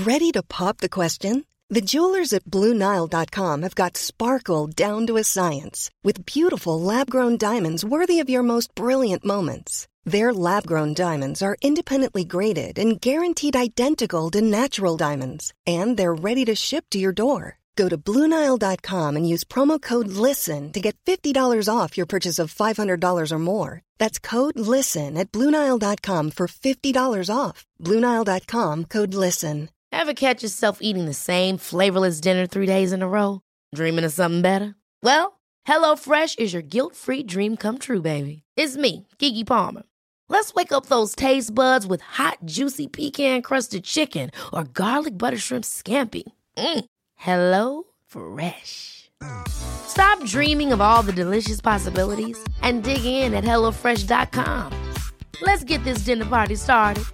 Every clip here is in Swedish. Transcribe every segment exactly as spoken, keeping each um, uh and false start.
Ready to pop the question? The jewelers at Blue Nile dot com have got sparkle down to a science with beautiful lab-grown diamonds worthy of your most brilliant moments. Their lab-grown diamonds are independently graded and guaranteed identical to natural diamonds, and they're ready to ship to your door. Go to Blue Nile dot com and use promo code LISTEN to get fifty dollars off your purchase of five hundred dollars or more. That's code LISTEN at Blue Nile dot com for fifty dollars off. Blue Nile dot com, code LISTEN. Ever catch yourself eating the same flavorless dinner three days in a row? Dreaming of something better? Well, HelloFresh is your guilt-free dream come true, baby. It's me, Keke Palmer. Let's wake up those taste buds with hot, juicy pecan-crusted chicken or garlic butter shrimp scampi. Mm. Hello Fresh. Stop dreaming of all the delicious possibilities and dig in at hello fresh dot com. Let's get this dinner party started.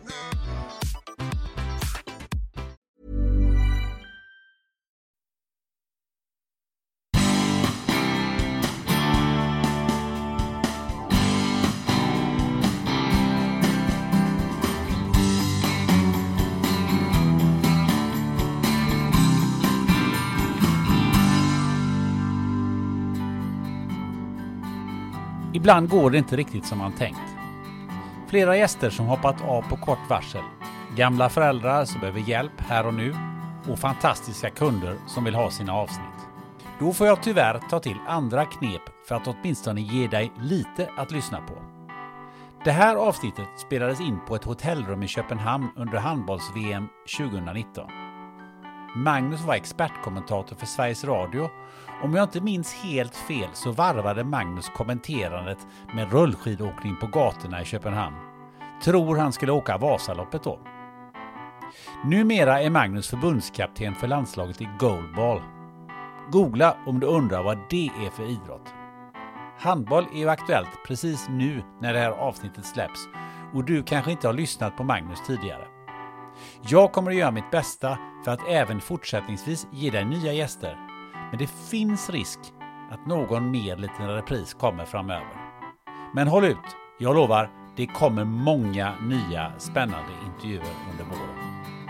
Ibland går det inte riktigt som man tänkt. Flera gäster som hoppat av på kort varsel. Gamla föräldrar som behöver hjälp här och nu. Och fantastiska kunder som vill ha sina avsnitt. Då får jag tyvärr ta till andra knep för att åtminstone ge dig lite att lyssna på. Det här avsnittet spelades in på ett hotellrum i Köpenhamn under handbolls-V M tjugonitton. Magnus var expertkommentator för Sveriges Radio. Om jag inte minns helt fel så varvade Magnus kommenterandet med rullskidåkning på gatorna i Köpenhamn. Tror han skulle åka Vasaloppet då. Numera är Magnus förbundskapten för landslaget i goalball. Googla om du undrar vad det är för idrott. Handboll är ju aktuellt precis nu när det här avsnittet släpps och du kanske inte har lyssnat på Magnus tidigare. Jag kommer att göra mitt bästa för att även fortsättningsvis ge dig nya gäster. Men det finns risk att någon mer liten repris kommer framöver. Men håll ut, jag lovar, det kommer många nya spännande intervjuer under våren.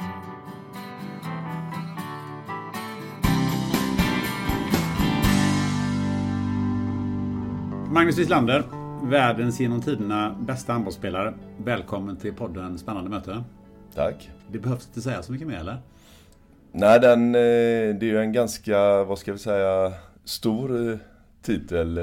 Magnus Wislander, världens genom tiderna bästa handbollsspelare. Välkommen till podden Spännande möte. Tack. Det behövs inte säga så mycket mer, eller? Nej, den, det är ju en ganska, vad ska vi säga, stor titel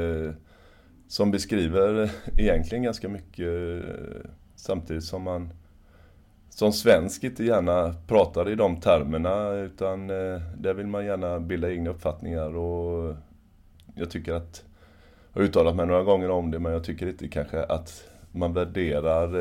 som beskriver egentligen ganska mycket, samtidigt som man som svensk inte gärna pratar i de termerna, utan där vill man gärna bilda egna uppfattningar. Och jag tycker att, jag har uttalat mig några gånger om det, men jag tycker inte kanske att man värderar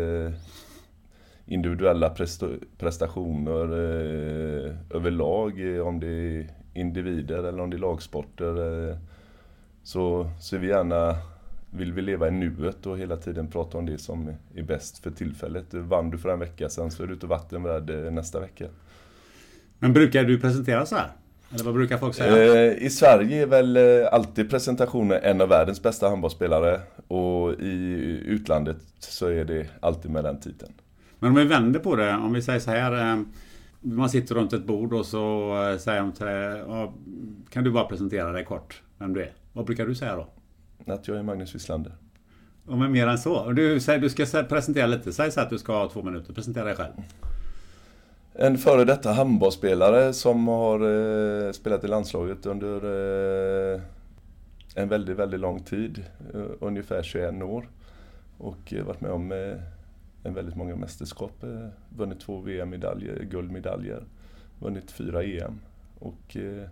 individuella prestationer eh, överlag, eh, om det är individer eller om det är lagsporter, eh, så, så vi gärna vill vi leva i nuet och hela tiden prata om det som är bäst för tillfället. Vann du för en vecka sedan så är du ute vatten värd eh, nästa vecka. Men brukar du presentera så här? Eller vad brukar folk säga? Eh, I Sverige är väl eh, alltid presentationen en av världens bästa handbollsspelare, och i utlandet så är det alltid med den titeln. Men om vi vänder på det, om vi säger så här, man sitter runt ett bord och så säger de till dig, kan du bara presentera dig kort vem du är? Vad brukar du säga då? Att jag är Magnus Wislander. Ja, men mer än så. Du, säger, du ska presentera lite, säg så att du ska ha två minuter, presentera dig själv. En före detta handbollsspelare som har eh, spelat i landslaget under eh, en väldigt, väldigt lång tid, eh, ungefär tjugoett år, och eh, varit med om eh, en väldigt många mästerskap, eh, vunnit två V M-medaljer, guldmedaljer, vunnit fyra E M, och eh,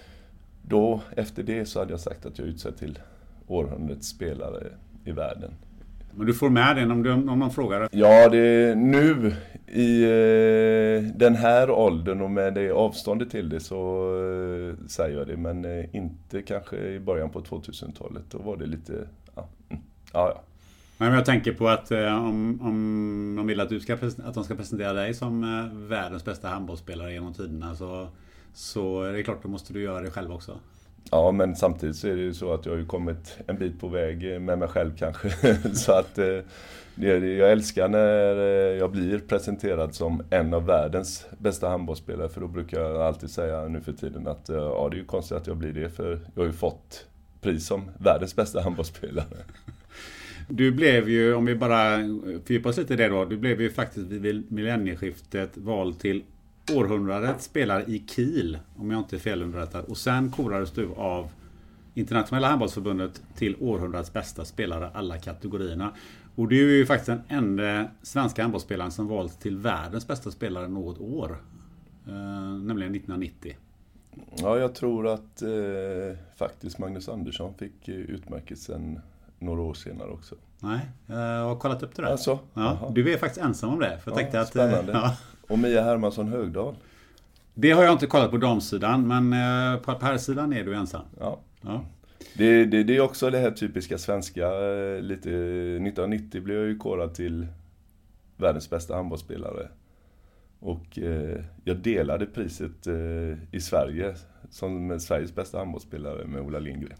då efter det så hade jag sagt att jag utsett till århundradets spelare i världen. Men du får med den om, du, om någon frågar? Ja, det är nu i eh, den här åldern och med det avståndet till det så eh, säger jag det, men eh, inte kanske i början på tvåtusentalet. Då var det lite, ja, ja. ja. Men jag tänker på att eh, om, om de vill att, du ska, att de ska presentera dig som eh, världens bästa handbollsspelare genom tiderna, så, så är det klart, då måste du göra det själv också. Ja, men samtidigt så är det ju så att jag har ju kommit en bit på väg med mig själv kanske. Så att eh, det, jag älskar när jag blir presenterad som en av världens bästa handbollsspelare. För då brukar jag alltid säga nu för tiden att ja, det är ju konstigt att jag blir det. För jag har ju fått pris som världens bästa handbollsspelare. Du blev ju, om vi bara fördjupar oss lite i det då, du blev ju faktiskt vid millennieskiftet vald till århundradets spelare i Kiel, om jag inte är felunderrättad. Och sen korades du av Internationella handbollsförbundet till århundradets bästa spelare alla kategorierna. Och du är ju faktiskt den enda svenska handbollsspelaren som valts till världens bästa spelare något år. Eh, nämligen nittonhundranittio. Ja, jag tror att eh, faktiskt Magnus Andersson fick utmärkelsen några år senare också. Nej, jag har kollat upp det där. Alltså, ja, du är faktiskt ensam om det. För jag ja, tänkte att, spännande. Ja. Och Mia Hermansson Högdahl. Det har jag inte kollat på damsidan, men på herrsidan är du ensam. Ja. Ja. Det, det, det är också det här typiska svenska. Lite, nittonhundranittio blev jag ju korad till världens bästa handbollsspelare. Och eh, jag delade priset eh, i Sverige som Sveriges bästa handbollsspelare med Ola Lindgren.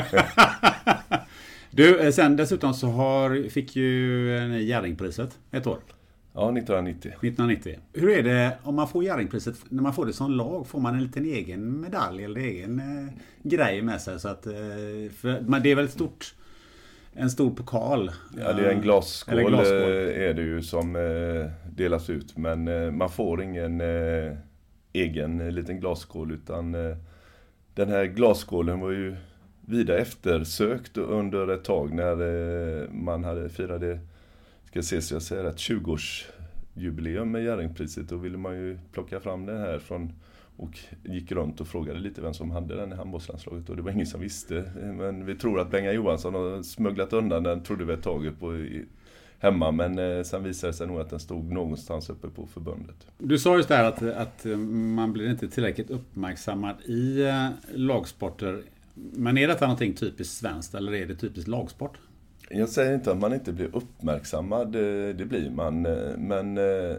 Du, sen dessutom så har, fick ju Jerringpriset ett år. Ja, nittonhundranittio. nittonhundranittio. Hur är det om man får Jerringpriset? När man får det som lag, får man en liten egen medalj eller egen eh, grej med sig? Så att, eh, för, men det är väl ett stort, en stor pokal? Ja, det är en glasskål, eller glasskål. är det ju som eh, delas ut. Men eh, man får ingen eh, egen liten glasskål, utan eh, den här glasskålen var ju vida eftersökt under ett tag när eh, man hade firade, ska se så jag säger rätt, tjugo-årsjubileum med Jerringpriset. Då ville man ju plocka fram den här från, och gick runt och frågade lite vem som hade den i handbollslandslaget, och det var ingen som visste. Men vi tror att Benga Johansson har smugglat undan den, trodde vi ett tag på i, hemma, men eh, sen visade det sig nog att den stod någonstans uppe på förbundet. Du sa just där att, att man blir inte tillräckligt uppmärksammad i eh, lagsporter. Men är detta någonting typiskt svenskt eller är det typiskt lagsport? Jag säger inte att man inte blir uppmärksammad, det blir man, men eh,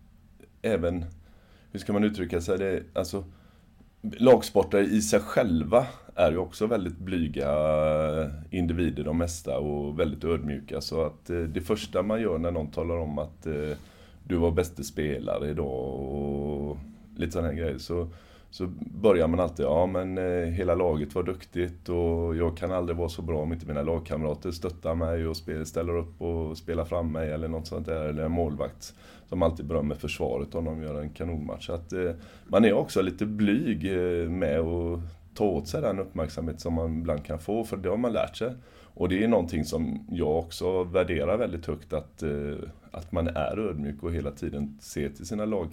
även, hur ska man uttrycka sig, det, alltså lagsportare i sig själva är ju också väldigt blyga individer de mesta och väldigt ödmjuka, så att eh, det första man gör när någon talar om att eh, du var bästa spelare idag och lite sådana här grejer, så Så börjar man alltid, ja men eh, hela laget var duktigt och jag kan aldrig vara så bra om inte mina lagkamrater stöttar mig och spel, ställer upp och spelar fram mig eller något sånt där. Eller en målvakt som alltid berömmer försvaret om de gör en kanonmatch. Så att eh, man är också lite blyg eh, med att ta åt sig den uppmärksamhet som man ibland kan få, för det har man lärt sig. Och det är någonting som jag också värderar väldigt högt, att, eh, att man är ödmjuk och hela tiden ser till sina lag.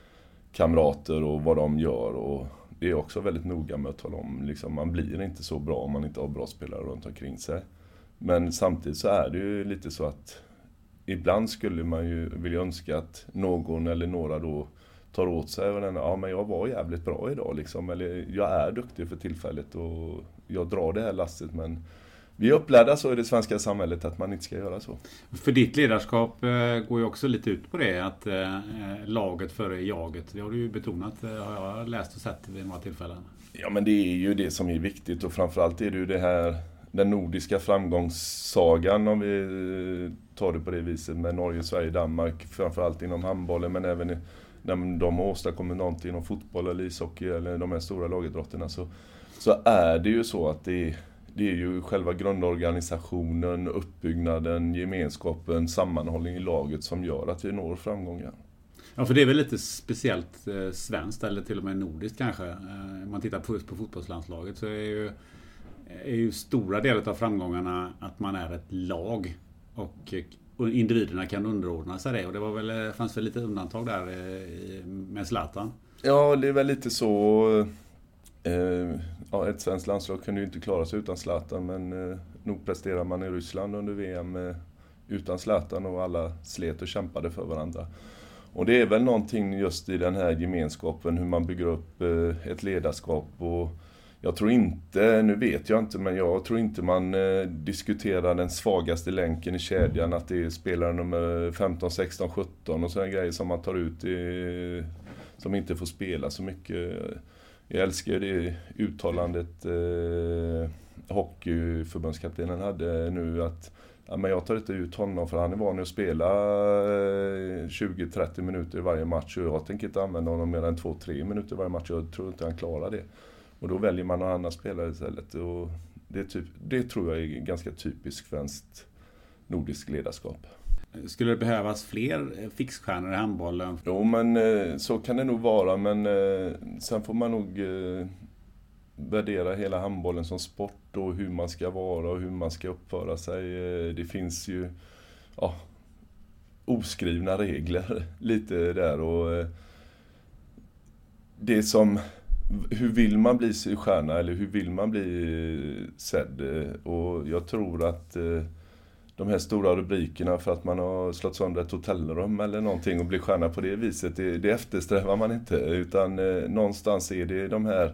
Kamrater och vad de gör, och det är också väldigt noga med att tala om, liksom, man blir inte så bra om man inte har bra spelare runt omkring sig. Men samtidigt så är det ju lite så att ibland skulle man ju vilja önska att någon eller några då tar åt sig och den, ja men jag var jävligt bra idag liksom, eller jag är duktig för tillfället och jag drar det här lastet, men vi är upplärda så i det svenska samhället att man inte ska göra så. För ditt ledarskap eh, går ju också lite ut på det, att eh, laget före jaget. Det har du ju betonat, eh, har jag läst och sett vid några tillfällen. Ja, men det är ju det som är viktigt, och framförallt är det ju det här, den nordiska framgångssagan, om vi tar det på det viset, med Norge, Sverige, Danmark, framförallt inom handbollen, men även när de åstadkommer någonting inom fotboll eller ishockey eller de här stora lagidrotterna, så, så är det ju så att det är Det är ju själva grundorganisationen, uppbyggnaden, gemenskapen, sammanhållning i laget som gör att vi når framgångar. Ja, för det är väl lite speciellt eh, svenskt eller till och med nordiskt kanske. Eh, om man tittar på, på fotbollslandslaget så är ju, är ju stora delar av framgångarna att man är ett lag och, och individerna kan underordna sig det. Och det var väl, fanns väl lite undantag där eh, med Zlatan. Ja, det är väl lite så. Eh, ja, ett svenskt landslag kunde ju inte klara sig utan Zlatan, men eh, nog presterar man i Ryssland under V M eh, utan Zlatan, och alla slet och kämpade för varandra. Och det är väl någonting just i den här gemenskapen, hur man bygger upp eh, ett ledarskap. Och jag tror inte, nu vet jag inte, men jag tror inte man eh, diskuterar den svagaste länken i kedjan, att det är spelare nummer femton, sexton, sjutton och sådana grejer som man tar ut i, som inte får spela så mycket. jag älskar ju det uttalandet eh, hockeyförbundskaptenen hade nu att ja, men jag tar inte ut honom för han är van att spela tjugo till trettio minuter i varje match och jag tänker inte använda honom mer än två till tre minuter i varje match. Jag tror inte han klarar det. Och då väljer man någon annan spelare istället. Och det, är typ, det tror jag är ganska typiskt svenskt nordisk ledarskap. Skulle det behövas fler fixstjärnor i handbollen? Jo, men så kan det nog vara. Men sen får man nog värdera hela handbollen som sport och hur man ska vara och hur man ska uppföra sig. Det finns ju ja, oskrivna regler lite där och det som hur vill man bli stjärna eller hur vill man bli sedd, och jag tror att de här stora rubrikerna för att man har slått sönder ett hotellrum eller någonting och blir stjärna på det viset, det, det eftersträvar man inte, utan eh, någonstans är det de här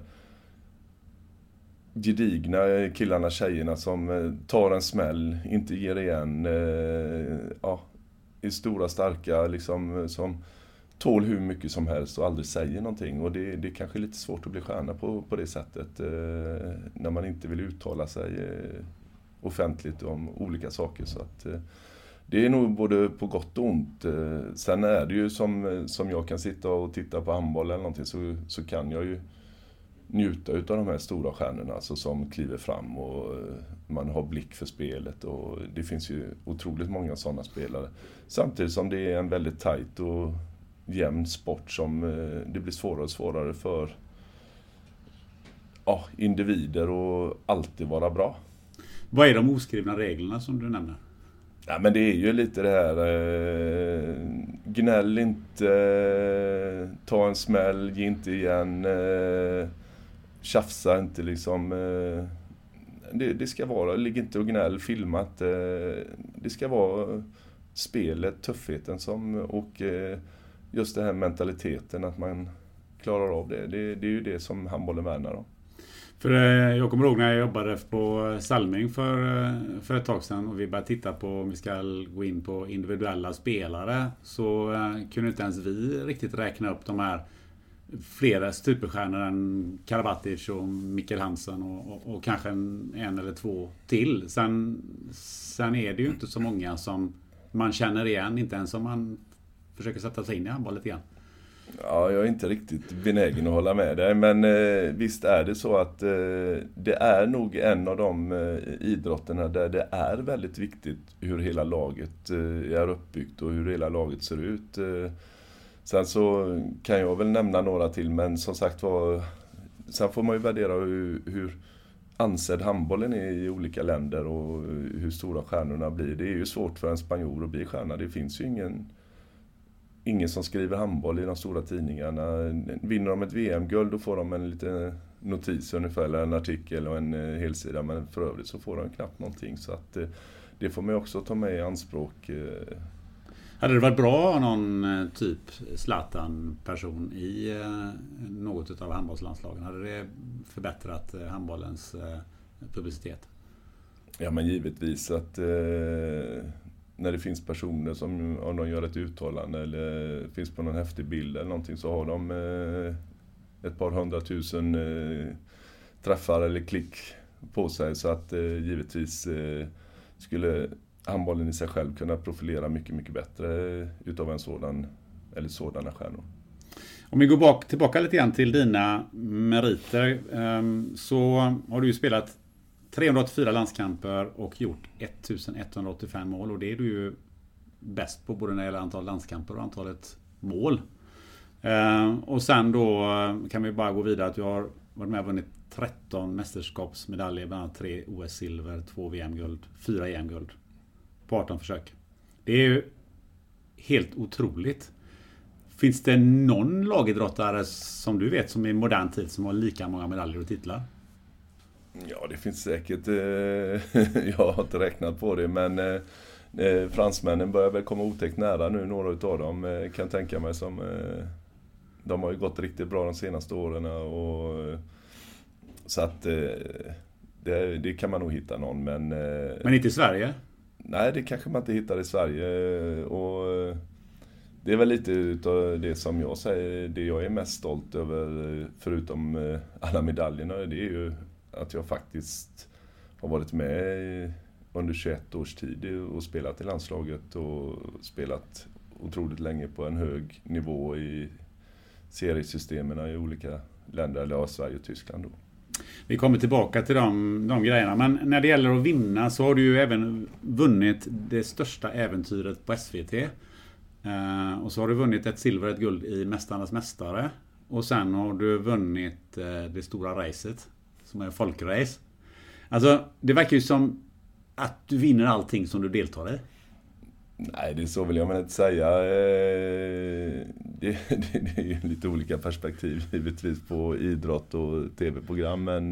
gedigna killarna, tjejerna som eh, tar en smäll, inte ger igen, eh, ja, är stora, starka, liksom, som tål hur mycket som helst och aldrig säger någonting. Och det, det är kanske lite svårt att bli stjärna på, på det sättet eh, när man inte vill uttala sig eh, offentligt om olika saker. Så att eh, det är nog både på gott och ont. Eh, sen är det ju som, som jag kan sitta och titta på handboll eller någonting, så, så kan jag ju njuta utav de här stora stjärnorna alltså, som kliver fram och eh, man har blick för spelet, och det finns ju otroligt många sådana spelare. Samtidigt som det är en väldigt tajt och jämn sport som eh, det blir svårare och svårare för ja, individer och alltid vara bra. Vad är de oskrivna reglerna som du nämner? Ja, men det är ju lite det här eh, gnäll inte, eh, ta en smäll, ge inte igen, eh, tjafsa inte liksom. Eh, det, det ska vara, ligg inte och gnäll, filmat. Eh, det ska vara spelet, tuffheten som, och eh, just den här mentaliteten att man klarar av det. Det, det är ju det som handbollen värnar om. För jag kommer ihåg när jag jobbade på Salming för, för ett tag sedan och vi började titta på om vi ska gå in på individuella spelare, så kunde inte ens vi riktigt räkna upp de här flera superstjärnor än Karabatic och Mikkel Hansen och, och, och kanske en, en eller två till. Sen, sen är det ju inte så många som man känner igen, inte ens om man försöker sätta sig in i handboll lite grann. Ja, jag är inte riktigt benägen att hålla med dig, men eh, visst är det så att eh, det är nog en av de eh, idrotterna där det är väldigt viktigt hur hela laget eh, är uppbyggt och hur hela laget ser ut. Eh, sen så kan jag väl nämna några till, men som sagt var, sen får man ju värdera hur, hur ansedd handbollen är i olika länder och hur stora stjärnorna blir. Det är ju svårt för en spanjor att bli stjärna, det finns ju ingen Ingen som skriver handboll i de stora tidningarna. Vinner de ett V M-guld, då får de en liten notis ungefär, eller en artikel och en helsida. Men för övrigt så får de knappt någonting. Så att det får man också ta med i anspråk. Hade det varit bra att ha någon typ Zlatan-person i något av handbollslandslagen? Hade det förbättrat handbollens publicitet? Ja, men givetvis att när det finns personer som, om de gör ett uttalande eller finns på någon häftig bild eller någonting, så har de eh, ett par hundratusen eh, träffar eller klick på sig, så att eh, givetvis eh, skulle handbollen i sig själv kunna profilera mycket, mycket bättre eh, utav en sådan eller sådana stjärnor. Om vi går bak, tillbaka lite grann till dina meriter, eh, så har du ju spelat trehundraåttiofyra landskamper och gjort ettusenetthundraåttiofem mål, och det är du ju bäst på både när det gäller antal landskamper och antalet mål. Eh, och sen då kan vi bara gå vidare att du har varit med och vunnit tretton mästerskapsmedaljer, bland annat tre O S-silver, två V M-guld, fyra E M-guld på arton försök. Det är ju helt otroligt. Finns det någon lagidrottare som du vet som i modern tid som har lika många medaljer och titlar? Ja, det finns säkert. Eh, jag har inte räknat på det, men eh, fransmännen börjar väl komma otäckt nära nu, några utav dem eh, kan tänka mig som eh, de har ju gått riktigt bra de senaste åren, och så att eh, det, det kan man nog hitta någon, men eh, men inte i Sverige? Nej, det kanske man inte hittar i Sverige, och det är väl lite utav det som jag säger, det jag är mest stolt över, förutom alla medaljerna, det är ju att jag faktiskt har varit med under tjugoett års tid och spelat i landslaget och spelat otroligt länge på en hög nivå i seriesystemen i olika länder, eller Sverige och Tyskland då. Vi kommer tillbaka till de, de grejerna, men när det gäller att vinna så har du ju även vunnit det största äventyret på S V T. Uh, och så har du vunnit ett silver och ett guld i Mästarnas mästare. Och sen har du vunnit uh, det stora racet, som är folkrace. Alltså, det verkar ju som att du vinner allting som du deltar i. Nej, det är så vill jag men inte säga. Det, det, det är ju lite olika perspektiv givetvis på idrott och tv-program. Men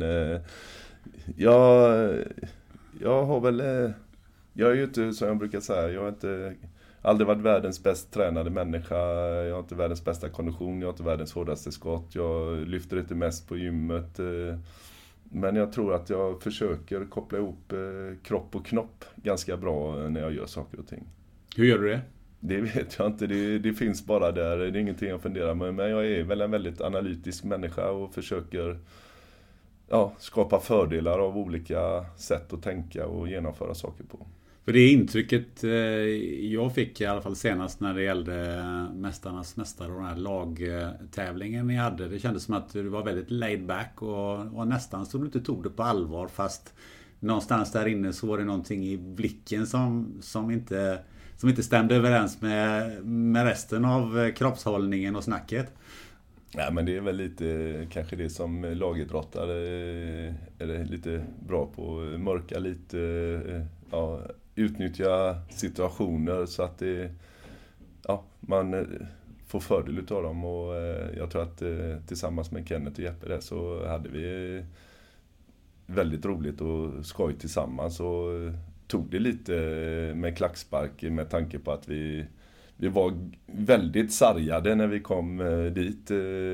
jag, jag har väl... Jag är ju inte, som jag brukar säga, jag har inte aldrig varit världens bäst tränade människa. Jag har inte världens bästa kondition, jag har inte världens hårdaste skott. Jag lyfter inte mest på gymmet. Men jag tror att jag försöker koppla ihop kropp och knopp ganska bra när jag gör saker och ting. Hur gör du det? Det vet jag inte, det, det finns bara där, det är ingenting jag funderar med. Men jag är väl en väldigt analytisk människa och försöker ja, skapa fördelar av olika sätt att tänka och genomföra saker på. För det intrycket jag fick i alla fall senast när det gällde Mästarnas mästare och den här lagtävlingen ni hade. Det kändes som att du var väldigt laid back och, och nästan så du inte tog det på allvar, fast någonstans där inne så var det någonting i blicken som, som, inte, som inte stämde överens med, med resten av kroppshållningen och snacket. Ja, men det är väl lite kanske det som lagidrottare är lite bra på, mörka lite, ja, utnyttja situationer så att det, ja, man får fördel av dem. Och jag tror att tillsammans med Kenneth och Jeppe där så hade vi väldigt roligt och skoj tillsammans och tog det lite med klackspark med tanke på att vi Vi var väldigt sargade när vi kom dit.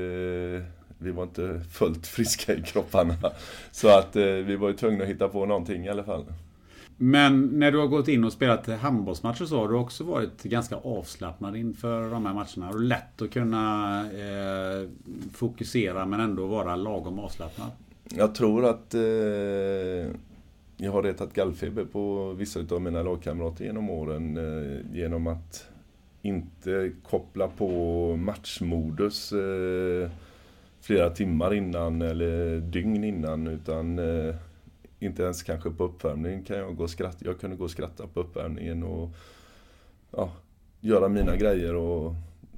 Vi var inte fullt friska i kropparna. Så att vi var ju tvungna att hitta på någonting i alla fall. Men när du har gått in och spelat handbollsmatcher så har du också varit ganska avslappnad inför de här matcherna. Har du lätt att kunna eh, fokusera men ändå vara lagom avslappnad? Jag tror att eh, jag har retat gallfeber på vissa av mina lagkamrater genom åren eh, genom att inte koppla på matchmodus eh, flera timmar innan eller dygn innan, utan eh, inte ens kanske på uppvärmningen kan jag gå och skratta. Jag kunde gå och skratta på uppvärmningen och ja, göra mina grejer, och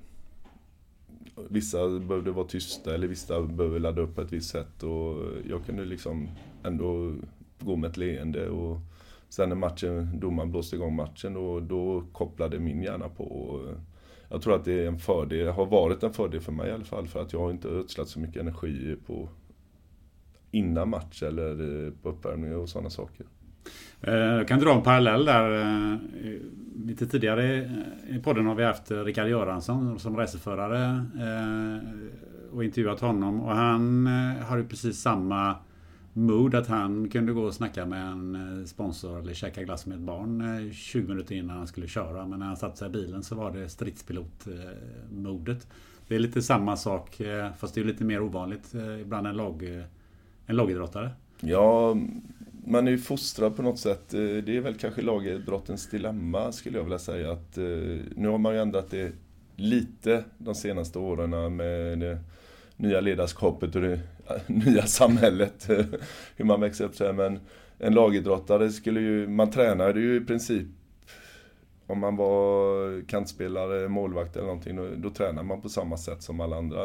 vissa behövde vara tysta eller vissa behövde ladda upp på ett visst sätt, och jag kunde liksom ändå gå med ett leende. Och sen när matchen, domaren blåste igång matchen, då, då kopplade min hjärna på. Jag tror att det är en fördel, har varit en fördel för mig i alla fall, för att jag har inte ödslat så mycket energi på innan match eller på uppvärmning och sådana saker. Jag kan dra en parallell där. Lite tidigare i podden har vi haft Rickard Göransson som reseförare och intervjuat honom, och han har ju precis samma mood, att han kunde gå och snacka med en sponsor eller käka glass med ett barn tjugo minuter innan han skulle köra, men när han satt sig i bilen så var det stridspilot-modet. Det är lite samma sak, fast det är lite mer ovanligt ibland en, lag, en lagidrottare. Ja, man är ju fostrad på något sätt. Det är väl kanske lagidrottens dilemma, skulle jag vilja säga. Att, nu har man ju ändrat det lite de senaste åren med det nya ledarskapet och det nya samhället, hur man växer upp så här. Men en lagidrottare skulle ju, man tränade ju i princip, om man var kantspelare, målvakt eller någonting, då, då tränar man på samma sätt som alla andra.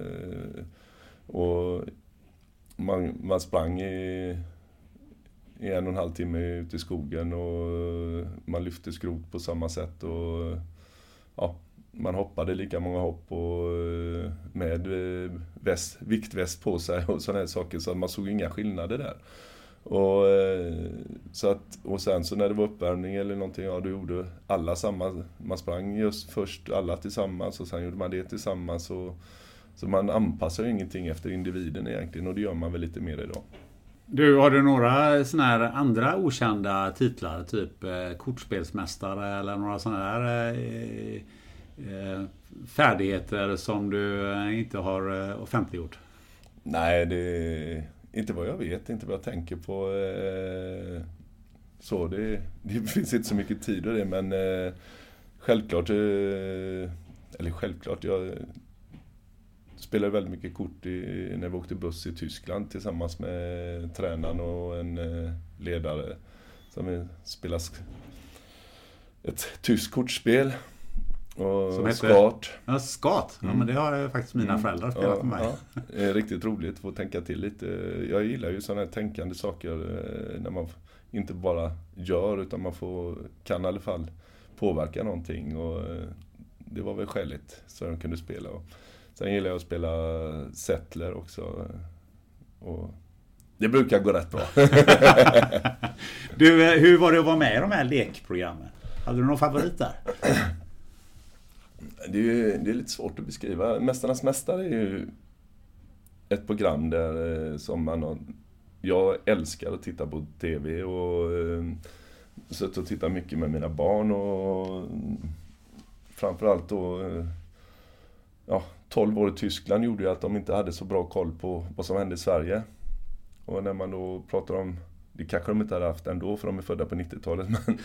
Och man, man sprang i, i en och en halv timme ute i skogen, och man lyfte skrot på samma sätt, och ja, man hoppade lika många hopp och med väst, viktväst på sig och sådana här saker, så man såg inga skillnader där. Och, så att, och sen så när det var uppvärmning eller någonting, ja, då gjorde alla samma, man sprang just först alla tillsammans och sen gjorde man det tillsammans, och, så man anpassar ju ingenting efter individen egentligen, och det gör man väl lite mer idag. Du, har du några såna här andra okända titlar, typ eh, kortspelsmästare eller några sådana här eh, eh, färdigheter som du inte har eh, offentliggjort? Nej, det är inte vad jag vet, inte vad jag tänker på. Eh, så det, det finns inte så mycket tid och det, men eh, självklart, eh, eller självklart, jag spelade väldigt mycket kort i, när vi åkte buss i Tyskland tillsammans med tränaren och en eh, ledare som vi spelade ett tyskt kortspel. Och som heter skat. Ja, skat. Ja, mm. men det har faktiskt mina föräldrar spelat ja, med mig. Ja. Det är riktigt roligt att få tänka till lite. Jag gillar ju sådana här tänkande saker när man inte bara gör utan man får, kan i alla fall påverka någonting. Och det var väl skäligt så de kunde spela. Och sen gillar jag att spela settler också. Och det brukar gå rätt bra. Du, hur var det att vara med i de här lekprogrammen? Hade du någon favorit där? Det är, ju, det är lite svårt att beskriva. Mästarnas mästare är ju ett program där som man har, jag älskar att titta på tv och eh, suttit och titta mycket med mina barn och framförallt då ja, tolv år i Tyskland gjorde ju att de inte hade så bra koll på vad som hände i Sverige. Och när man då pratar om, det kanske de inte hade haft ändå för de är födda på nittiotalet, men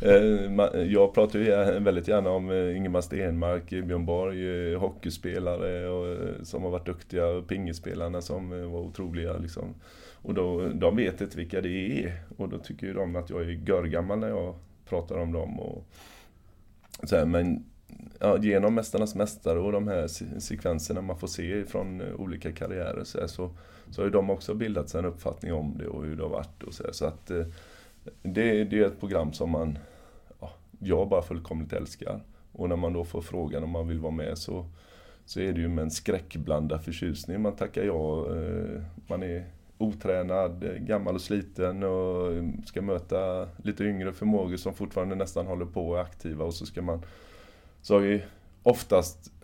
eh, jag pratar ju väldigt gärna om Ingemar Stenmark, Björn Borg, hockeyspelare och, som har varit duktiga, pingispelarna som var otroliga liksom. Och då, de vet inte vilka det är och då tycker ju de att jag är görgammal när jag pratar om dem och så här, men ja, genom Mästarnas mästare och de här sekvenserna man får se från olika karriärer så, här, så, så har ju de också bildat sig en uppfattning om det och hur det har varit och så, här, så att det, det är ett program som man ja, jag bara fullkomligt älskar och när man då får frågan om man vill vara med så, så är det ju med en skräckblandad förtjusning man tackar ja, man är otränad, gammal och sliten och ska möta lite yngre förmågor som fortfarande nästan håller på och är aktiva och så ska man så har ju oftast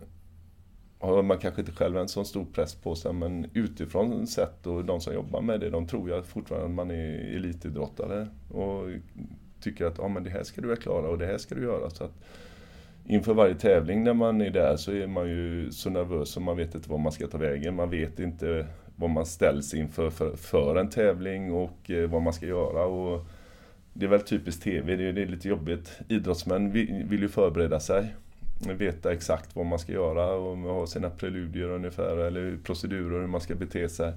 har man kanske inte själv en sån stor press på sig men utifrån sett och de som jobbar med det, de tror jag fortfarande att man är elitidrottare och tycker att ja, men det här ska du klara och det här ska du göra så att inför varje tävling när man är där så är man ju så nervös och man vet inte vad man ska ta vägen, man vet inte vad man ställs inför för, för en tävling och eh, vad man ska göra och det är väl typiskt tv, det är, det är lite jobbigt. Idrottsmän vill, vill ju förbereda sig, veta exakt vad man ska göra och ha sina preludier ungefär eller procedurer hur man ska bete sig.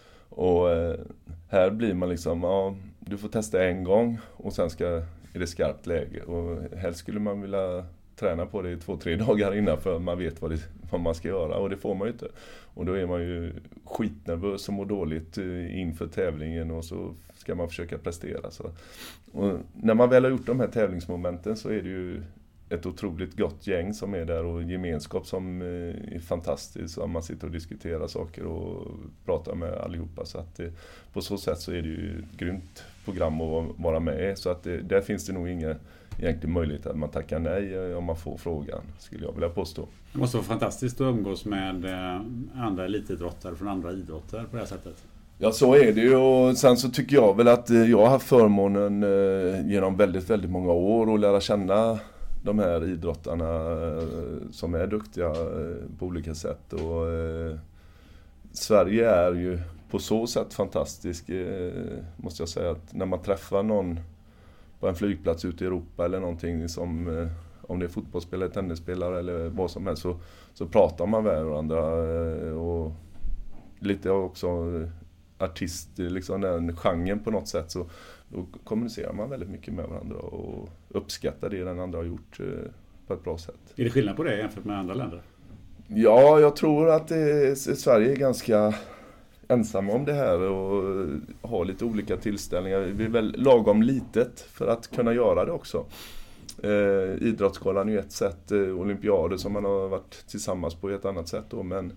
Och eh, här blir man liksom, ja, du får testa en gång och sen ska, är det skarpt läge och helst skulle man vilja träna på det i två, tre dagar innan för man vet vad, det, vad man ska göra och det får man ju inte. Och då är man ju skitnervös och mår dåligt inför tävlingen och så ska man försöka prestera. Så. Och när man väl har gjort de här tävlingsmomenten så är det ju ett otroligt gott gäng som är där och gemenskap som är fantastiskt. Och man sitter och diskuterar saker och pratar med allihopa. Så att det, på så sätt så är det ju ett grymt program att vara med i. Så att det, där finns det nog inga egentligen möjlighet att man tackar nej om man får frågan, skulle jag vilja påstå. Det måste vara fantastiskt att umgås med andra elitidrottare från andra idrotter på det här sättet. Ja, så är det ju och sen så tycker jag väl att jag har haft förmånen eh, genom väldigt, väldigt många år att lära känna de här idrottarna eh, som är duktiga eh, på olika sätt och eh, Sverige är ju på så sätt fantastisk eh, måste jag säga att när man träffar någon på en flygplats ute i Europa eller någonting som eh, om det är fotbollsspelare, tennisspelare eller vad som helst så, så pratar man med varandra eh, och lite också artist, liksom den genren på något sätt så då kommunicerar man väldigt mycket med varandra och uppskattar det den andra har gjort eh, på ett bra sätt. Är det skillnad på det jämfört med andra länder? Ja, jag tror att det, Sverige är ganska ensamma om det här och har lite olika tillställningar. Vi är väl lagom litet för att kunna göra det också. Eh, Idrottsskolan är ju ett sätt, eh, olympiader som man har varit tillsammans på ett annat sätt då, men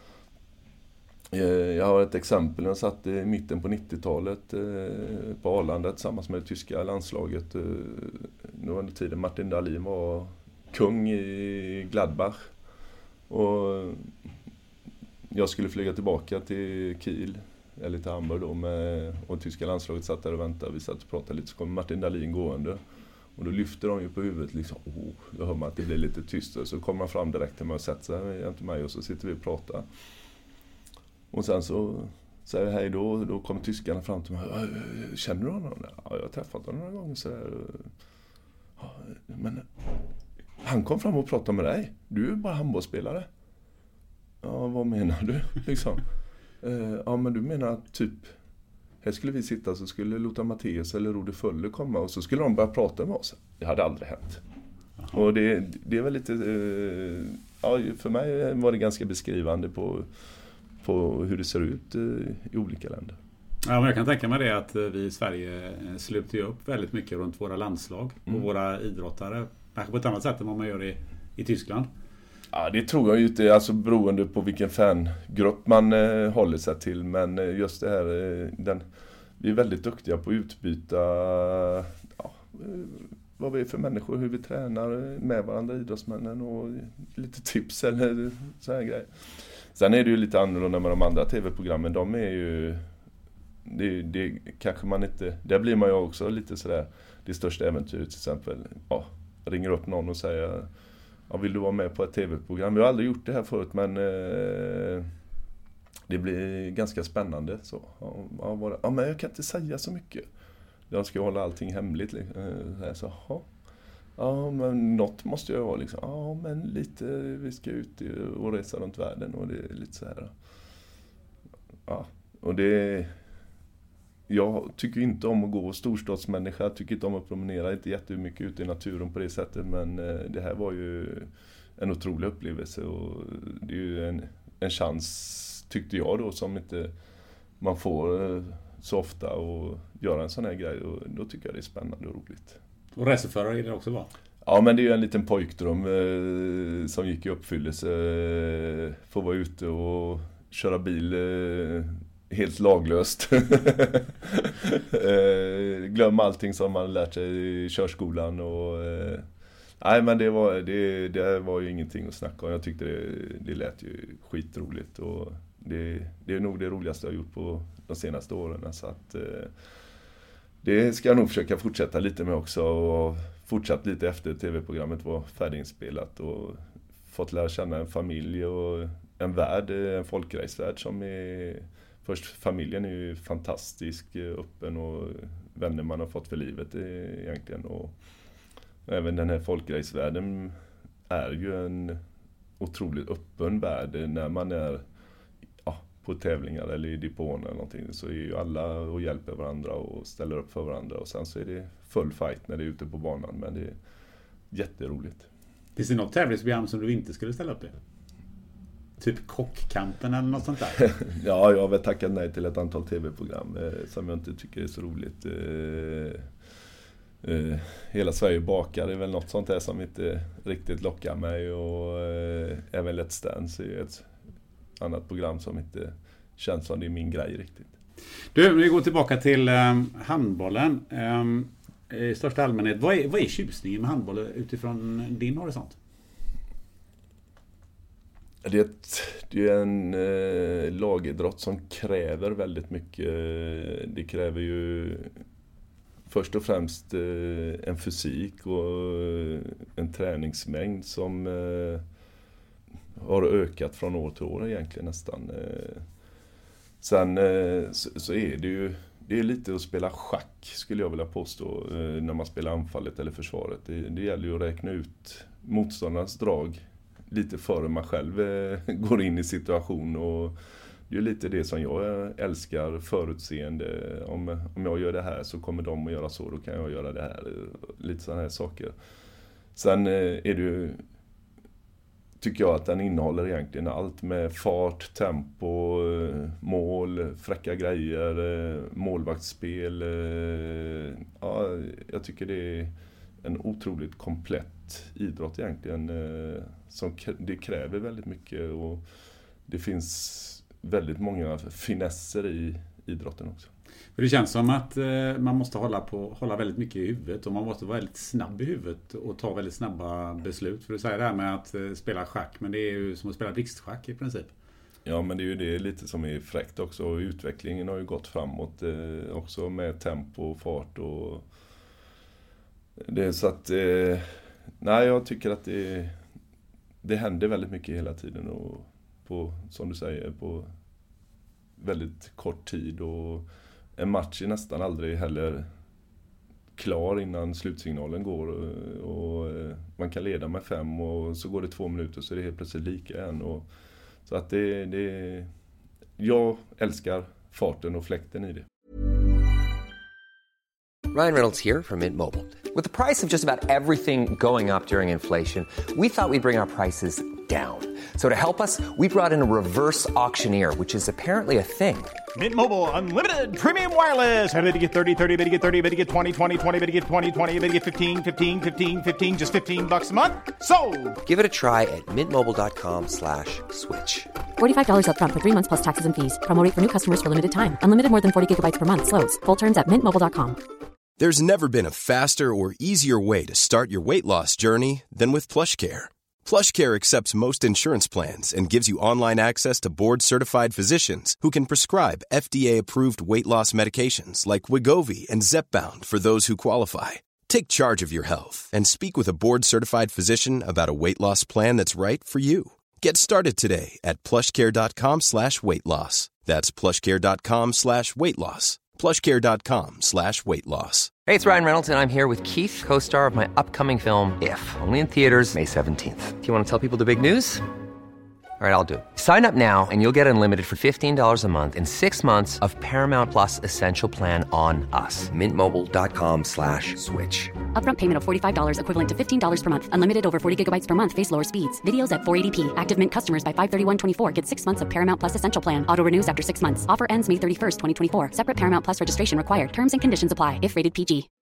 eh, jag har ett exempel, jag satt i mitten på nittiotalet eh, på Arlanda tillsammans med det tyska landslaget. Eh, nu under tiden Martin Dahlin var kung i Gladbach och jag skulle flyga tillbaka till Kiel eller till Hamburg då med, och tyska landslaget satt där och väntade. Vi satt och pratade lite så kom Martin Dahlin gående. Och då lyfter de ju på huvudet liksom, oh, då hör man att det blir lite tyst. Så kommer man fram direkt till mig och sätter sig jämte mig och så sitter vi och pratar. Och sen så säger jag hej då, och då kommer tyskarna fram till mig. Känner du honom? Ja, jag har träffat honom några gånger sådär. Ja, men han kom fram och pratade med dig. Du är ju bara handbollsspelare. Ja, vad menar du? Liksom. Ja, men du menar att typ här skulle vi sitta så skulle Lothar Matthäus eller Rode Fölle komma och så skulle de börja prata med oss. Det hade aldrig hänt. Aha. Och det, det är väl lite, ja, för mig var det ganska beskrivande på, på hur det ser ut i olika länder. Ja, men jag kan tänka mig det att vi i Sverige sluter ju upp väldigt mycket runt våra landslag och mm. våra idrottare. Kanske på ett annat sätt än vad man gör i, i Tyskland. Ja, det tror jag ju inte, alltså beroende på vilken fangrupp man eh, håller sig till. Men just det här, eh, den, vi är väldigt duktiga på att utbyta ja, vad vi är för människor, hur vi tränar med varandra, idrottsmännen, och lite tips eller så här grejer. Sen är det ju lite annorlunda med de andra tv-programmen, de är ju, det, det kanske man inte, där blir man ju också lite sådär, det största äventyret till exempel, ja, ringer upp någon och säger, ja, vill du vara med på ett tv-program? Vi har aldrig gjort det här förut, men eh, det blir ganska spännande. Så, ja, bara, ja, men jag kan inte säga så mycket. Jag ska hålla allting hemligt. Eh, så, ja, ja, men något måste jag vara liksom. Ja, men lite, vi ska ut och resa runt världen och det är lite så här. Ja, och det, jag tycker inte om att gå storstadsmänniska, jag tycker inte om att promenera, inte jättemycket ute i naturen på det sättet, men det här var ju en otrolig upplevelse och det är ju en, en chans, tyckte jag då, som inte man får så ofta att göra en sån här grej, och då tycker jag det är spännande och roligt. Och racerförare är det också, va? Ja, men det är ju en liten pojkdröm eh, som gick i uppfyllelse, eh, få vara ute och köra bil eh, helt laglöst. Glöm allting som man lärt sig i körskolan och eh, nej, men det var det, det var ju ingenting att snacka om. Jag tyckte det, det lät ju skitroligt och det, det är nog det roligaste jag har gjort på de senaste åren, så att eh, det ska jag nog försöka fortsätta lite med också, och fortsatt lite efter tv-programmet var färdiginspelat och fått lära känna en familj och en värld, en folkracevärld som är, först familjen är ju fantastisk, öppen och vänner man har fått för livet egentligen, och även den här folkracevärlden är ju en otroligt öppen värld. När man är ja, på tävlingar eller i depån eller någonting, så är ju alla och hjälper varandra och ställer upp för varandra, och sen så är det full fight när det är ute på banan, men det är jätteroligt. Finns det något tävlingsprogram som du inte skulle ställa upp i? Typ Kockkampen eller något sånt där? Ja, jag har väl tackat nej till ett antal tv-program eh, som jag inte tycker är så roligt. Eh, eh, Hela Sverige bakar är väl något sånt där som inte riktigt lockar mig, och eh, även Let's Dance är ett annat program som inte känns som det är min grej riktigt. Du, vi går tillbaka till eh, handbollen. Eh, I största allmänhet, vad är, vad är tjusningen med handboll utifrån din horisont? Det är, ett, det är en eh, lagidrott som kräver väldigt mycket. Det kräver ju först och främst eh, en fysik och eh, en träningsmängd som eh, har ökat från år till år egentligen nästan. Eh. Sen eh, så, så är det ju det är lite att spela schack, skulle jag vilja påstå, eh, när man spelar anfallet eller försvaret. Det, det gäller ju att räkna ut motståndarnas drag lite före man själv eh, går in i situation, och det är lite det som jag älskar, förutseende. Om, om jag gör det här så kommer de att göra så, då kan jag göra det här. Lite sådana här saker. Sen eh, är det ju, tycker jag att den innehåller egentligen allt med fart, tempo, mål, fräcka grejer, målvaktsspel. Eh, ja, jag tycker det är en otroligt komplett idrott egentligen, eh, som det kräver väldigt mycket, och det finns väldigt många finesser i idrotten också. För det känns som att eh, man måste hålla, på, hålla väldigt mycket i huvudet, och man måste vara väldigt snabb i huvudet och ta väldigt snabba beslut. För du säger det här med att eh, spela schack, men det är ju som att spela blixtschack i princip. Ja, men det är ju det lite som är fräckt också, och utvecklingen har ju gått framåt eh, också med tempo och fart, och Det är så att, eh, nej jag tycker att det, det händer väldigt mycket hela tiden och på, som du säger, på väldigt kort tid och en match är nästan aldrig heller klar innan slutsignalen går och, och man kan leda med fem och så går det två minuter så är det helt plötsligt lika igen och så att det, det jag älskar farten och fläkten i det. Ryan Reynolds here from Mint Mobile. With the price of just about everything going up during inflation, we thought we'd bring our prices down. So to help us, we brought in a reverse auctioneer, which is apparently a thing. Mint Mobile Unlimited Premium Wireless. How to get thirty, thirty, how to get thirty, how to get twenty, twenty, twenty, how to get twenty, twenty, how to get fifteen, fifteen, fifteen, fifteen, just fifteen bucks a month? Sold! Give it a try at mintmobile.com slash switch. forty-five dollars up front for three months plus taxes and fees. Promo rate for new customers for limited time. Unlimited more than forty gigabytes per month. Slows full terms at mint mobile dot com. There's never been a faster or easier way to start your weight loss journey than with PlushCare. PlushCare accepts most insurance plans and gives you online access to board-certified physicians who can prescribe F D A-approved weight loss medications like Wegovy and Zepbound for those who qualify. Take charge of your health and speak with a board-certified physician about a weight loss plan that's right for you. Get started today at plushcare.com slash weight loss. That's plushcare.com slash weight loss. plushcare.com slash weight loss. Hey, it's Ryan Reynolds, and I'm here with Keith, co-star of my upcoming film, If, only in theaters May seventeenth. Do you want to tell people the big news? All right, I'll do it. Sign up now and you'll get unlimited for fifteen dollars a month and six months of Paramount Plus Essential Plan on us. Mintmobile.com slash switch. Upfront payment of forty-five dollars equivalent to fifteen dollars per month. Unlimited over forty gigabytes per month. Face lower speeds. Videos at four eighty p. Active Mint customers by five thirty-one twenty-four get six months of Paramount Plus Essential Plan. Auto renews after six months. Offer ends May thirty-first, twenty twenty-four. Separate Paramount Plus registration required. Terms and conditions apply if rated P G.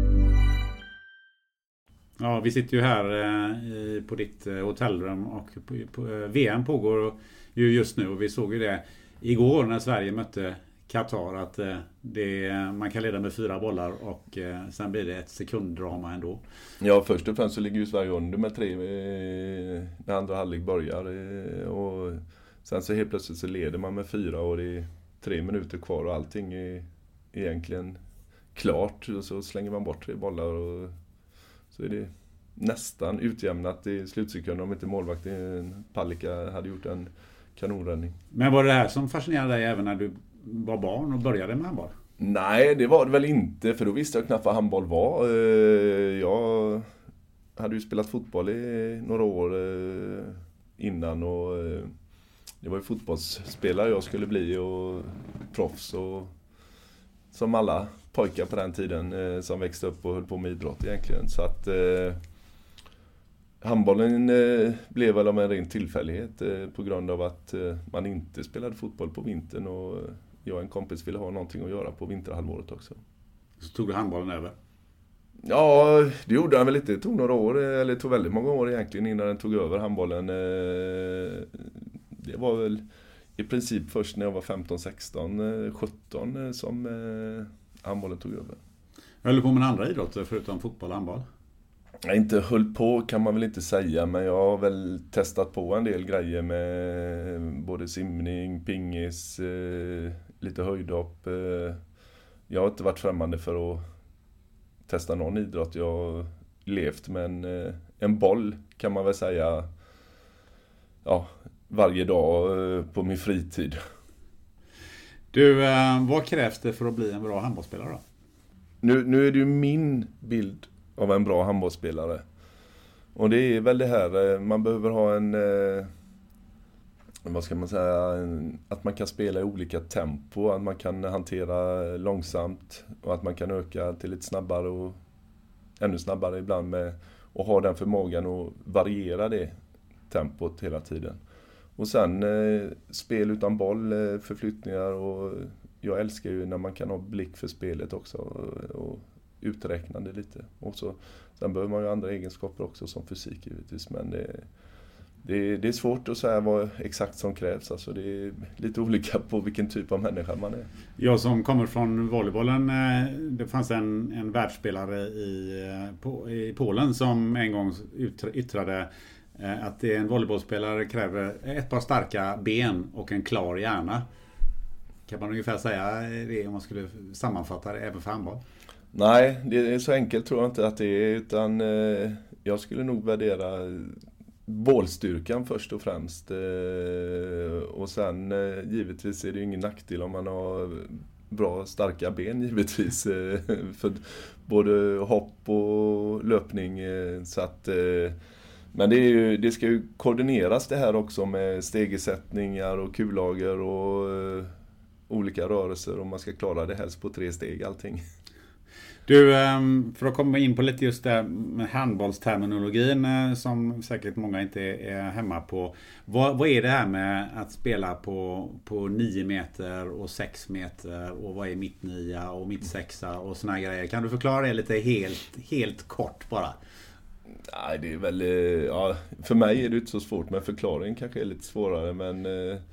Ja, vi sitter ju här eh, på ditt eh, hotellrum och på, på, eh, V M pågår ju just nu och vi såg ju det igår när Sverige mötte Qatar att eh, det, man kan leda med fyra bollar och eh, sen blir det ett sekunddrama ändå. Ja, först och främst så ligger ju Sverige under med tre eh, när andra halvlek börjar eh, och sen så helt plötsligt så leder man med fyra och det är tre minuter kvar och allting är egentligen klart och så slänger man bort tre bollar och så är det nästan utjämnat i slutsekunden om inte målvakten Palicka hade gjort en kanonräddning. Men var det här som fascinerade dig även när du var barn och började med handboll? Nej, det var det väl inte, för då visste jag knappt vad handboll var. Jag hade ju spelat fotboll i några år innan och det var ju fotbollsspelare jag skulle bli och proffs och som alla pojkar på den tiden eh, som växte upp och höll på med idrott egentligen. Så att eh, handbollen eh, blev väl av en ren tillfällighet eh, på grund av att eh, man inte spelade fotboll på vintern och jag och en kompis ville ha någonting att göra på vinterhalvåret också. Så tog du handbollen över? Ja, det gjorde han väl inte. Det tog några år, eller det tog väldigt många år egentligen innan den tog över handbollen. Eh, det var väl i princip först när jag var femton, sexton, sjutton som eh, handbollen tog över. Jag höll på med andra idrotter förutom fotboll och handboll? Jag inte höll på kan man väl inte säga, men jag har väl testat på en del grejer med både simning, pingis, eh, lite höjdhopp. Eh. Jag har inte varit främmande för att testa någon idrott. Jag har levt med en, en boll kan man väl säga, ja, varje dag på min fritid. Du, vad krävs det för att bli en bra handbollsspelare då? Nu, nu är det ju min bild av en bra handbollsspelare. Och det är väl det här, man behöver ha en, vad ska man säga, en, att man kan spela i olika tempo, att man kan hantera långsamt och att man kan öka till lite snabbare och ännu snabbare ibland med, och ha den förmågan att variera det tempot hela tiden. Och sen eh, spel utan boll, eh, förflyttningar och jag älskar ju när man kan ha blick för spelet också och, och uträknande lite. Och så, sen behöver man ju andra egenskaper också som fysik givetvis, men det, det, det är svårt att säga vad exakt som krävs. Alltså det är lite olika på vilken typ av människa man är. Jag som kommer från volleybollen, det fanns en, en världsspelare i, på, i Polen som en gång yttrade att en volleybollspelare kräver ett par starka ben och en klar hjärna. Kan man ungefär säga det om man skulle sammanfatta det även för handboll? Nej, det är så enkelt tror jag inte att det är, utan eh, jag skulle nog värdera bålstyrkan först och främst. Eh, och sen eh, givetvis är det ju ingen nackdel om man har bra starka ben givetvis. Eh, för både hopp och löpning. Eh, så att, eh, men det, är ju, det ska ju koordineras det här också med stegersättningar och kullager och eh, olika rörelser. Och man ska klara det helst på tre steg allting. Du, för att komma in på lite just det med handbollsterminologin som säkert många inte är hemma på. Vad, vad är det här med att spela på, på nio meter och sex meter och vad är mitt nia och mitt sexa och såna grejer? Kan du förklara det lite helt, helt kort bara? Nej, det är väl, ja, för mig är det inte så svårt, men förklaringen kanske är lite svårare, men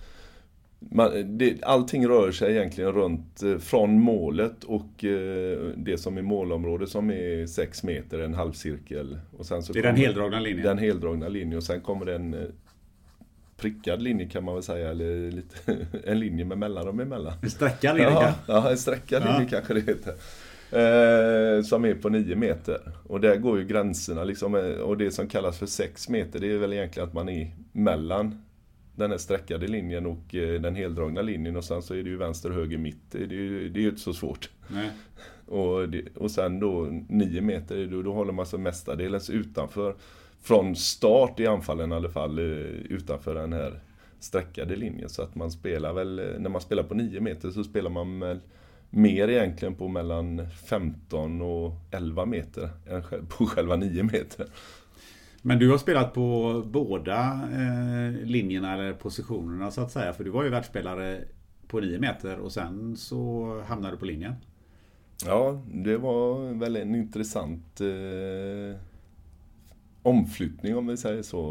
Man, det, allting rör sig egentligen runt eh, från målet och eh, det som är målområdet som är sex meter, en halvcirkel. Och sen så det är den heldragna linjen? Den heldragna linjen, och sen kommer det en eh, prickad linje kan man väl säga, eller lite, en linje med mellanrum emellan. En sträckad linje? Ja, ja, en sträckad linje ja. kanske det heter. Eh, som är på nio meter. Och där går ju gränserna liksom, och det som kallas för sex meter, det är väl egentligen att man är mellan den här sträckade linjen och eh, den heldragna linjen, och sen så är det ju vänster, höger, mitt. Det är ju, det är ju inte så svårt. Nej. Och, det, och sen då nio meter, då, då håller man sig mestadels utanför, från start i anfallen i alla fall, eh, utanför den här sträckade linjen. Så att man spelar väl, när man spelar på nio meter så spelar man väl mer egentligen på mellan femton och elva meter än på själva nio meter. Men du har spelat på båda eh, linjerna eller positionerna så att säga. För du var ju världsspelare på nio meter och sen så hamnade du på linjen. Ja, det var väl en intressant eh, omflyttning om vi säger så.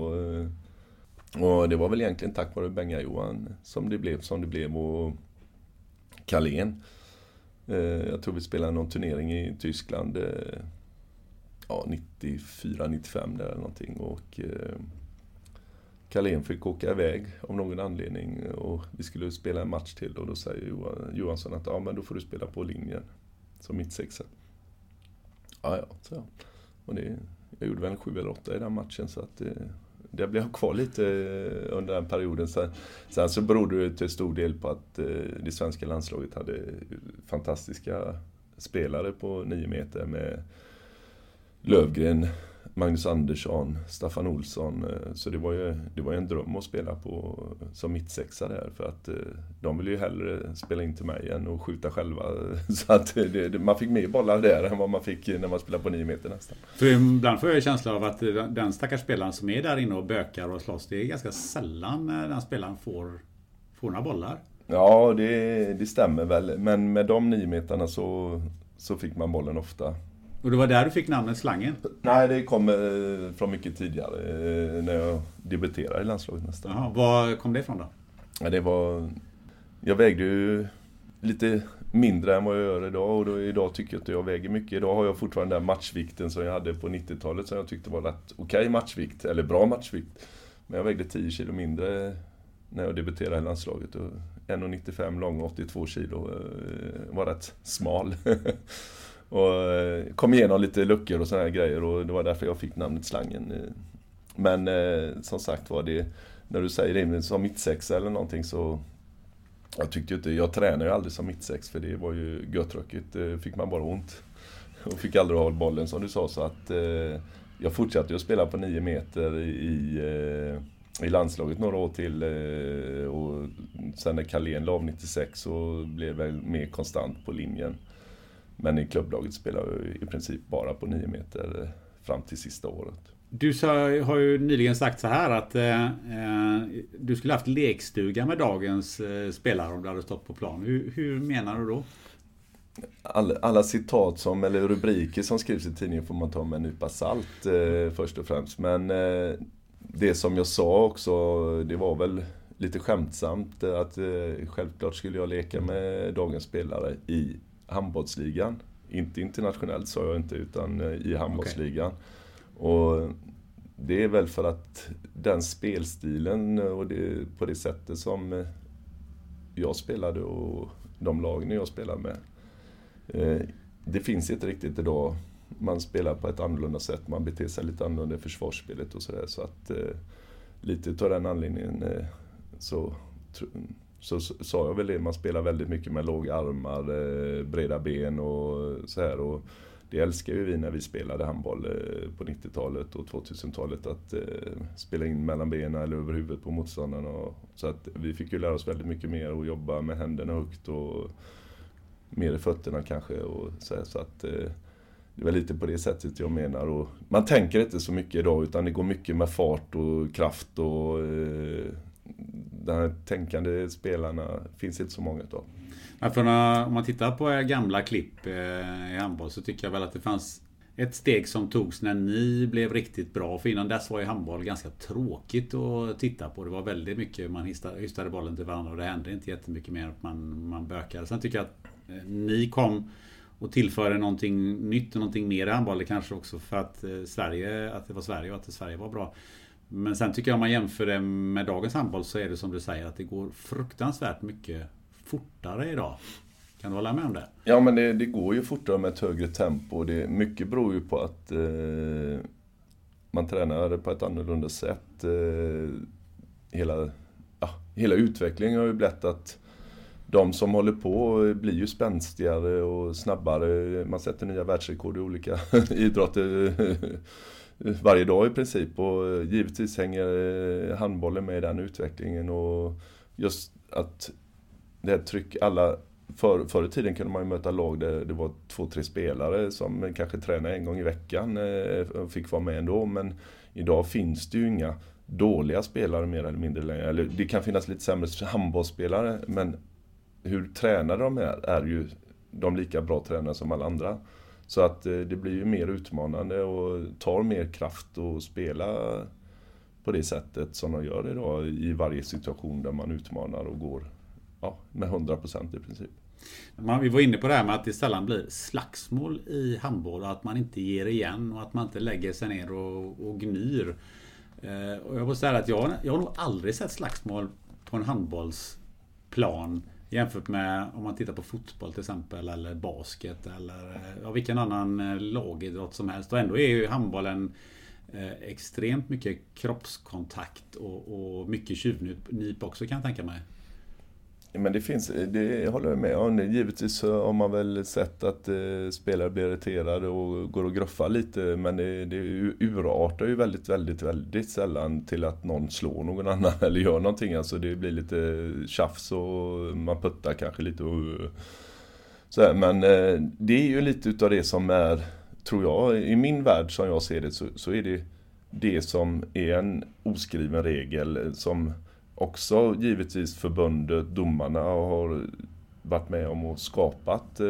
Och det var väl egentligen tack vare Benga Johan som det blev som det blev, och Carlén. Eh, jag tror vi spelade någon turnering i Tyskland eh, ja, nittiofyra nittiofem där eller någonting, och eh, Carlén fick åka iväg av någon anledning och vi skulle spela en match till, och då säger Johan, Johansson att ja, men då får du spela på linjen som mitt sexa. Ja, ja, så ja. Och det, jag gjorde väl en sju eller åtta i den matchen, så att det, det blev jag kvar lite under den perioden. Sen, sen så berodde det till stor del på att eh, det svenska landslaget hade fantastiska spelare på nio meter med Lövgren, Magnus Andersson, Staffan Olsson. Så det var ju, det var ju en dröm att spela på som mittsexa där, för att de ville ju hellre spela in till mig än att skjuta själva. Så att det, det, man fick mer bollar där än vad man fick när man spelade på nio meter nästan. För ibland får jag en känsla av att den stackars spelaren som är där inne och bökar och slåss, det är ganska sällan den spelaren får, får några bollar. Ja, det, det stämmer väl. Men med de nio meterna så, så fick man bollen ofta. Och det var där du fick namnet Slangen? Nej, det kom från mycket tidigare, när jag debuterade i landslaget nästan. Jaha, var kom det ifrån då? Ja, det var... Jag vägde ju lite mindre än vad jag gör idag, och då, idag tycker jag att jag väger mycket. Idag har jag fortfarande den matchvikten som jag hade på nittiotalet som jag tyckte var rätt okej matchvikt, eller bra matchvikt. Men jag vägde tio kilo mindre när jag debuterade i landslaget, och en komma nittiofem lång och åttiotvå kilo var rätt smal. Och kom igenom lite luckor och såna här grejer, och det var därför jag fick namnet Slangen. Men eh, som sagt var det, när du säger det som mittsex eller någonting, så jag tyckte ju inte, jag tränade ju aldrig som mittsex, för det var ju göttröckigt, fick man bara ont och fick aldrig ha bollen som du sa, så att eh, jag fortsatte ju att spela på nio meter i, eh, i landslaget några år till, eh, och sen när Carlén la av nittiosex så blev jag mer konstant på linjen. Men i klubblaget spelar jag i princip bara på nio meter fram till sista året. Du sa, har ju nyligen sagt så här att eh, du skulle haft lekstuga med dagens eh, spelare om du hade stått på plan. Hur, hur menar du då? Alla, alla citat som, eller rubriker som skrivs i tidningen får man ta med en nypa salt eh, först och främst. Men eh, det som jag sa också, det var väl lite skämtsamt att eh, självklart skulle jag leka med dagens spelare i handbollsligan. Inte internationellt sa jag inte, utan i handbollsligan. Okay. Och det är väl för att den spelstilen och det, på det sättet som jag spelade och de lagen jag spelade med. det finns inte riktigt idag. Man spelar på ett annorlunda sätt, man beter sig lite annorlunda i försvarsspelet och sådär. Så att eh, lite av den anledningen eh, så, så, så sa jag väl det, man spelar väldigt mycket med låga armar, eh, breda ben och så här. Och det älskar ju vi när vi spelade handboll eh, på nittiotalet och tvåtusentalet, att eh, spela in mellan benen eller över huvudet på motståndarna. Och, så att vi fick ju lära oss väldigt mycket mer och jobba med händerna högt och mer i fötterna kanske. Och så här, så att eh, det var lite på det sättet jag menar. Och man tänker inte så mycket idag, utan det går mycket med fart och kraft och eh, de här tänkande spelarna finns inte så många idag. Ja, för när, om man tittar på gamla klipp eh, i handboll så tycker jag väl att det fanns ett steg som togs när ni blev riktigt bra. För innan dess var ju handboll ganska tråkigt att titta på. Det var väldigt mycket, man hystade bollen till varandra och det hände inte jättemycket mer att man, man bökade. Sen tycker jag att eh, ni kom och tillförde någonting nytt och någonting mer i handboll. Det kanske också för att eh, Sverige, att det var Sverige och att Sverige var bra. Men sen tycker jag om man jämför det med dagens handboll så är det som du säger att det går fruktansvärt mycket fortare idag. Kan du hålla med om det? Ja, men det, det går ju fortare med ett högre tempo. Det, mycket beror ju på att eh, man tränar på ett annorlunda sätt. Eh, hela, ja, hela utvecklingen har ju blivit att de som håller på blir ju spänstigare och snabbare. Man sätter nya världsrekord i olika idrotter varje dag i princip. Och givetvis hänger handbollen med i den utvecklingen. Och just att det här tryck, alla för, förr i tiden kunde man ju möta lag där det var två, tre spelare som kanske tränade en gång i veckan och fick vara med ändå. Men idag finns det ju inga dåliga spelare mer eller mindre längre. Eller det kan finnas lite sämre handbollsspelare, men hur tränade de är är ju de lika bra tränare som alla andra. Så att det blir ju mer utmanande och tar mer kraft att spela på det sättet som de gör idag i varje situation där man utmanar och går ja, med hundra procent i princip. Vi var inne på det här med att det sällan blir slagsmål i handboll och att man inte ger igen och att man inte lägger sig ner och, och gnyr. Och jag måste säga att jag, jag har nog aldrig sett slagsmål på en handbollsplan jämfört med om man tittar på fotboll till exempel eller basket eller ja, vilken annan lagidrott som helst. Och ändå är ju handbollen eh, extremt mycket kroppskontakt och, och mycket tjuvnyp också kan jag tänka mig. Men det finns, det håller jag med om. Givetvis har man väl sett att eh, spelare blir irriterade och går och gruffar lite. Men det, det urartar ju väldigt, väldigt, väldigt sällan till att någon slår någon annan eller gör någonting. Alltså det blir lite tjafs och man puttar kanske lite. Och, så här. Men eh, det är ju lite utav det som är, tror jag, i min värld som jag ser det så, så är det det som är en oskriven regel som också givetvis förbundet, domarna har varit med om och skapat.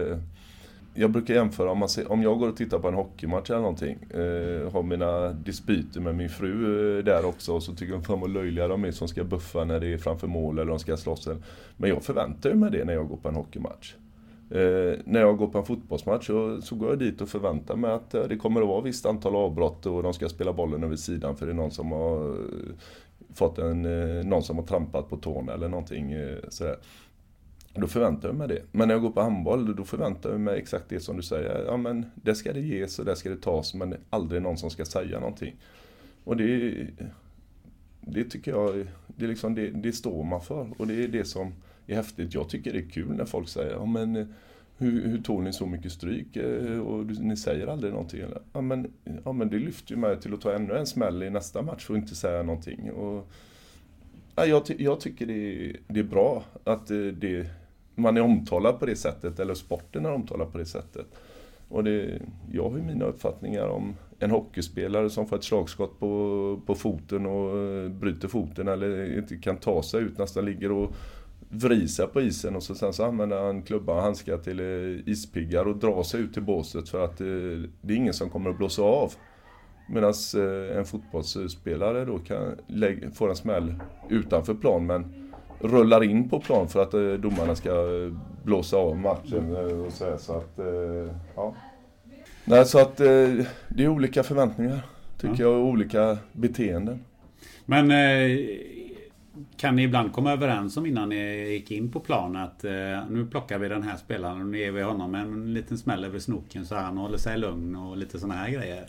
Jag brukar jämföra, om, man ser, om jag går och tittar på en hockeymatch eller någonting, har mina dispyter med min fru där också, och så tycker jag fan vad löjliga de är som ska buffa när det är framför mål eller de ska slåss. Men jag förväntar mig det när jag går på en hockeymatch. När jag går på en fotbollsmatch så, så går jag dit och förväntar mig att det kommer att vara ett visst antal avbrott och de ska spela bollen över sidan för det är någon som har fått en, någon som har trampat på tårna eller någonting sådär. Då förväntar jag mig det. Men när jag går på handboll då förväntar jag mig exakt det som du säger. Ja, men det ska det ges och det ska det tas, men aldrig någon som ska säga någonting. Och det, det tycker jag, det, är liksom, det, det står man för. Och det är det som är häftigt. Jag tycker det är kul när folk säger, ja men hur, hur tog ni så mycket stryk och ni säger aldrig någonting. Ja men, ja men det lyfter ju mig till att ta ännu en smäll i nästa match och inte säga någonting. Och, ja, jag, ty- jag tycker det är, det är bra att det, man är omtalad på det sättet, eller sporten är omtalad på det sättet. Och det, jag har ju mina uppfattningar om en hockeyspelare som får ett slagskott på, på foten och bryter foten eller inte kan ta sig ut, nästan ligger och vrisa på isen och så sen så använder han klubba och handskar till ispiggar och drar sig ut till båset för att det är ingen som kommer att blåsa av. Medan en fotbollsspelare då kan lägga, få en smäll utanför plan men rullar in på plan för att domarna ska blåsa av matchen och så här, så att ja. Nej, så att det är olika förväntningar tycker ja. jag och olika beteenden. Men kan ni ibland komma överens om innan ni gick in på planen att eh, nu plockar vi den här spelaren och nu ger vi honom en liten smäll över snoken så han håller sig lugn och lite såna här grejer?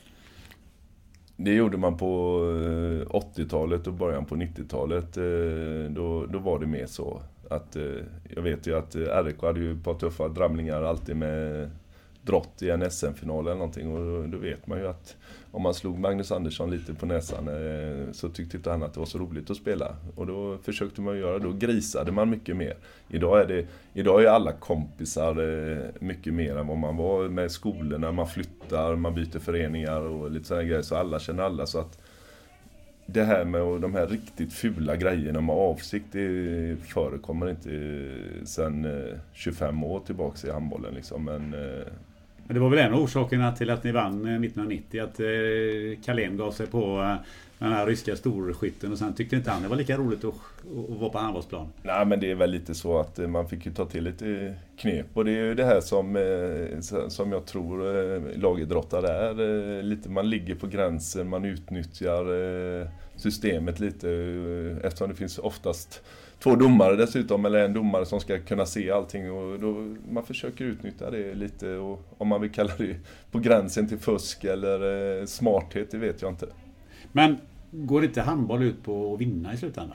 Det gjorde man på åttiotalet och början på nittiotalet. Då, då var det mer så att jag vet ju att R K hade ju ett par tuffa dramlingar alltid med drott i en S M-final eller någonting, och då, då vet man ju att om man slog Magnus Andersson lite på näsan så tyckte inte han att det var så roligt att spela, och då försökte man göra, då grisade man mycket mer. Idag är det, idag är alla kompisar mycket mer än vad man var med skolorna, man flyttar, man byter föreningar och lite sådana grejer, så alla känner alla, så att det här med de här riktigt fula grejerna med avsikt, det förekommer inte sedan tjugofem år tillbaka i handbollen liksom, men Men det var väl en av orsakerna till att ni vann nittonhundranittio, att eh, Carlén gav sig på eh, den här ryska storskytten och sen tyckte inte han det var lika roligt att, att vara på handbollsplan. Nej, men det är väl lite så att man fick ju ta till lite knep, och det är ju det här som, eh, som jag tror eh, lagidrottare är. Eh, lite, man ligger på gränsen, man utnyttjar eh, systemet lite, eh, eftersom det finns oftast två domare dessutom, eller en domare som ska kunna se allting, och då man försöker utnyttja det lite, och om man vill kalla det på gränsen till fusk eller eh, smarthet, det vet jag inte. Men går inte handboll ut på att vinna i slutändan?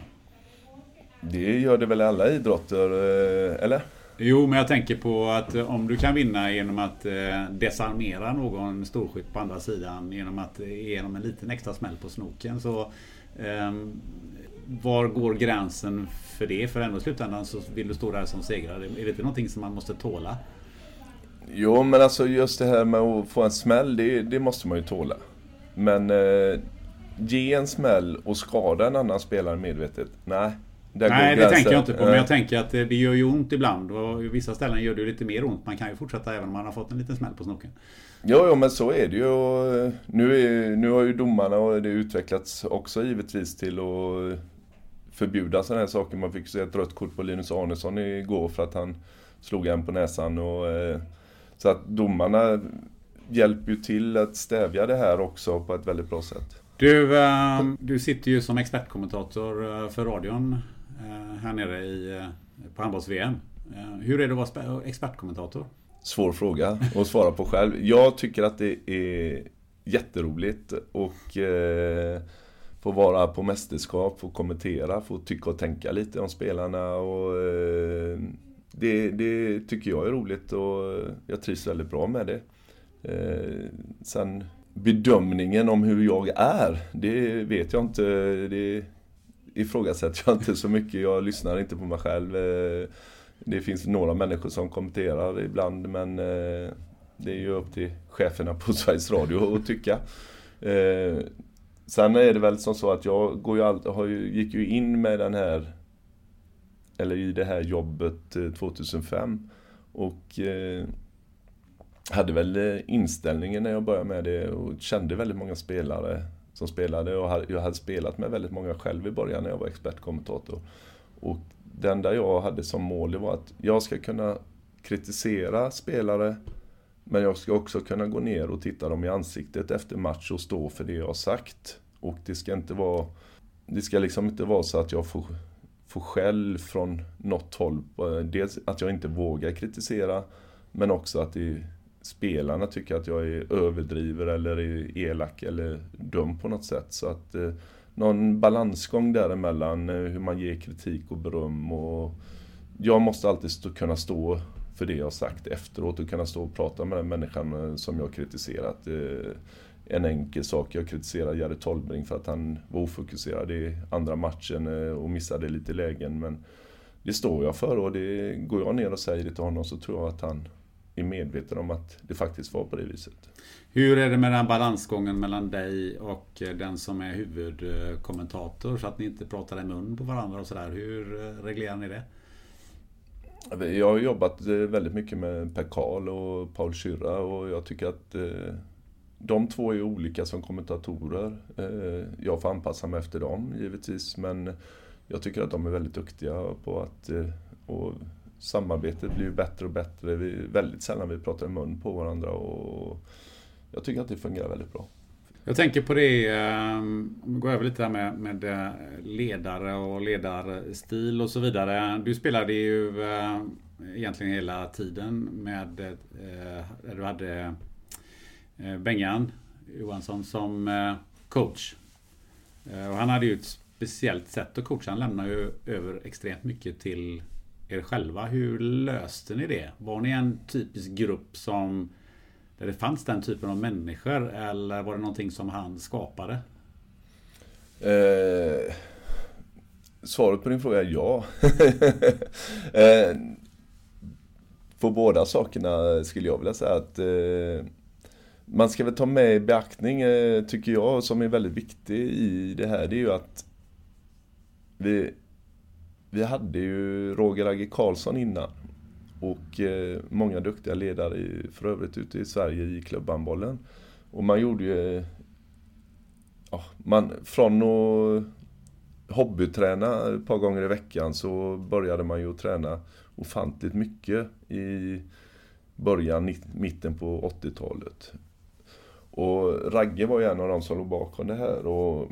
Det gör det väl alla idrotter, eh, eller? Jo, men jag tänker på att om du kan vinna genom att eh, desarmera någon storskytt på andra sidan genom att eh, genom en liten extra smäll på snoken, så eh, var går gränsen för det? För ändå i slutändan så vill du stå där som segrare. Är det inte någonting som man måste tåla? Jo, men alltså just det här med att få en smäll, det, det måste man ju tåla. Men eh, ge en smäll och skada en annan spelare medvetet, nej. Nej, det tänker jag inte på, men jag tänker att det gör ju ont ibland, och i vissa ställen gör det ju lite mer ont. Man kan ju fortsätta även om man har fått en liten smäll på snoken. Jo, jo, men så är det ju. Nu, är, nu har ju domarna och det utvecklats också givetvis till att förbjuda sådana här saker. Man fick se ett rött kort på Linus Arnesson igår för att han slog en på näsan. Och, så att domarna hjälper ju till att stävja det här också på ett väldigt bra sätt. Du, äh, du sitter ju som expertkommentator för radion äh, här nere i, på handbolls-V M. Äh, hur är det att vara expertkommentator? Svår fråga att svara på själv. Jag tycker att det är jätteroligt och eh, få vara på mästerskap, få kommentera, få tycka och tänka lite om spelarna. Och, eh, det, det tycker jag är roligt och jag trivs väldigt bra med det. Eh, sen bedömningen om hur jag är, det vet jag inte. Det ifrågasätter jag inte så mycket. Jag lyssnar inte på mig själv. Eh, Det finns några människor som kommenterar ibland, men eh, det är ju upp till cheferna på Sveriges Radio att tycka. Eh, sen är det väl som så att jag går ju all, har ju, gick ju in med den här, eller i det här jobbet eh, tjugohundrafem och eh, hade väl inställningen när jag började med det och kände väldigt många spelare som spelade, och hade, jag hade spelat med väldigt många själv i början när jag var expertkommentator. Och det enda jag hade som mål var att jag ska kunna kritisera spelare, men jag ska också kunna gå ner och titta dem i ansiktet efter match och stå för det jag har sagt. Och det ska inte vara, det ska liksom inte vara så att jag får, får skäll från något håll. Dels att jag inte vågar kritisera, men också att det, spelarna tycker att jag är överdriver eller är elak eller dum på något sätt. Så att någon balansgång däremellan, hur man ger kritik och beröm, och jag måste alltid stå, kunna stå för det jag har sagt efteråt och kunna stå och prata med den människan som jag har kritiserat. En enkel sak, jag kritiserar Jerry Tolbring för att han var ofokuserad i andra matchen och missade lite lägen, men det står jag för, och det går jag ner och säger det till honom, så tror jag att han är medveten om att det faktiskt var på det viset. Hur är det med den balansgången mellan dig och den som är huvudkommentator, så att ni inte pratar i mun på varandra och sådär? Hur reglerar ni det? Jag har jobbat väldigt mycket med Per Karl och Paul Kyrra, och jag tycker att de två är olika som kommentatorer. Jag får anpassa mig efter dem givetvis, men jag tycker att de är väldigt duktiga på att, och samarbetet blir bättre och bättre. Vi, väldigt sällan vi pratar i mun på varandra, och jag tycker att det fungerar väldigt bra. Jag tänker på det, um, om vi går över lite här med, med ledare och ledarstil och så vidare. Du spelade ju uh, egentligen hela tiden med, uh, du hade uh, Bengan Johansson som uh, coach. Uh, och han hade ju ett speciellt sätt att coacha. Han lämnar ju över extremt mycket till er själva. Hur löste ni det? Var ni en typisk grupp som där det fanns den typen av människor, eller var det någonting som han skapade? Eh, svaret på din fråga är ja. eh, på båda sakerna skulle jag vilja säga att eh, man ska väl ta med i beaktning, eh, tycker jag, som är väldigt viktig i det här, det är ju att vi, vi hade ju Roger Agge Karlsson innan. Och eh, många duktiga ledare i, för övrigt ute i Sverige i klubbhandbollen. Och man gjorde ju... Ja, man, från att hobbyträna ett par gånger i veckan så började man ju träna ofantligt mycket i början, mitten på åttiotalet. Och Ragge var ju en av de som låg bakom det här. Och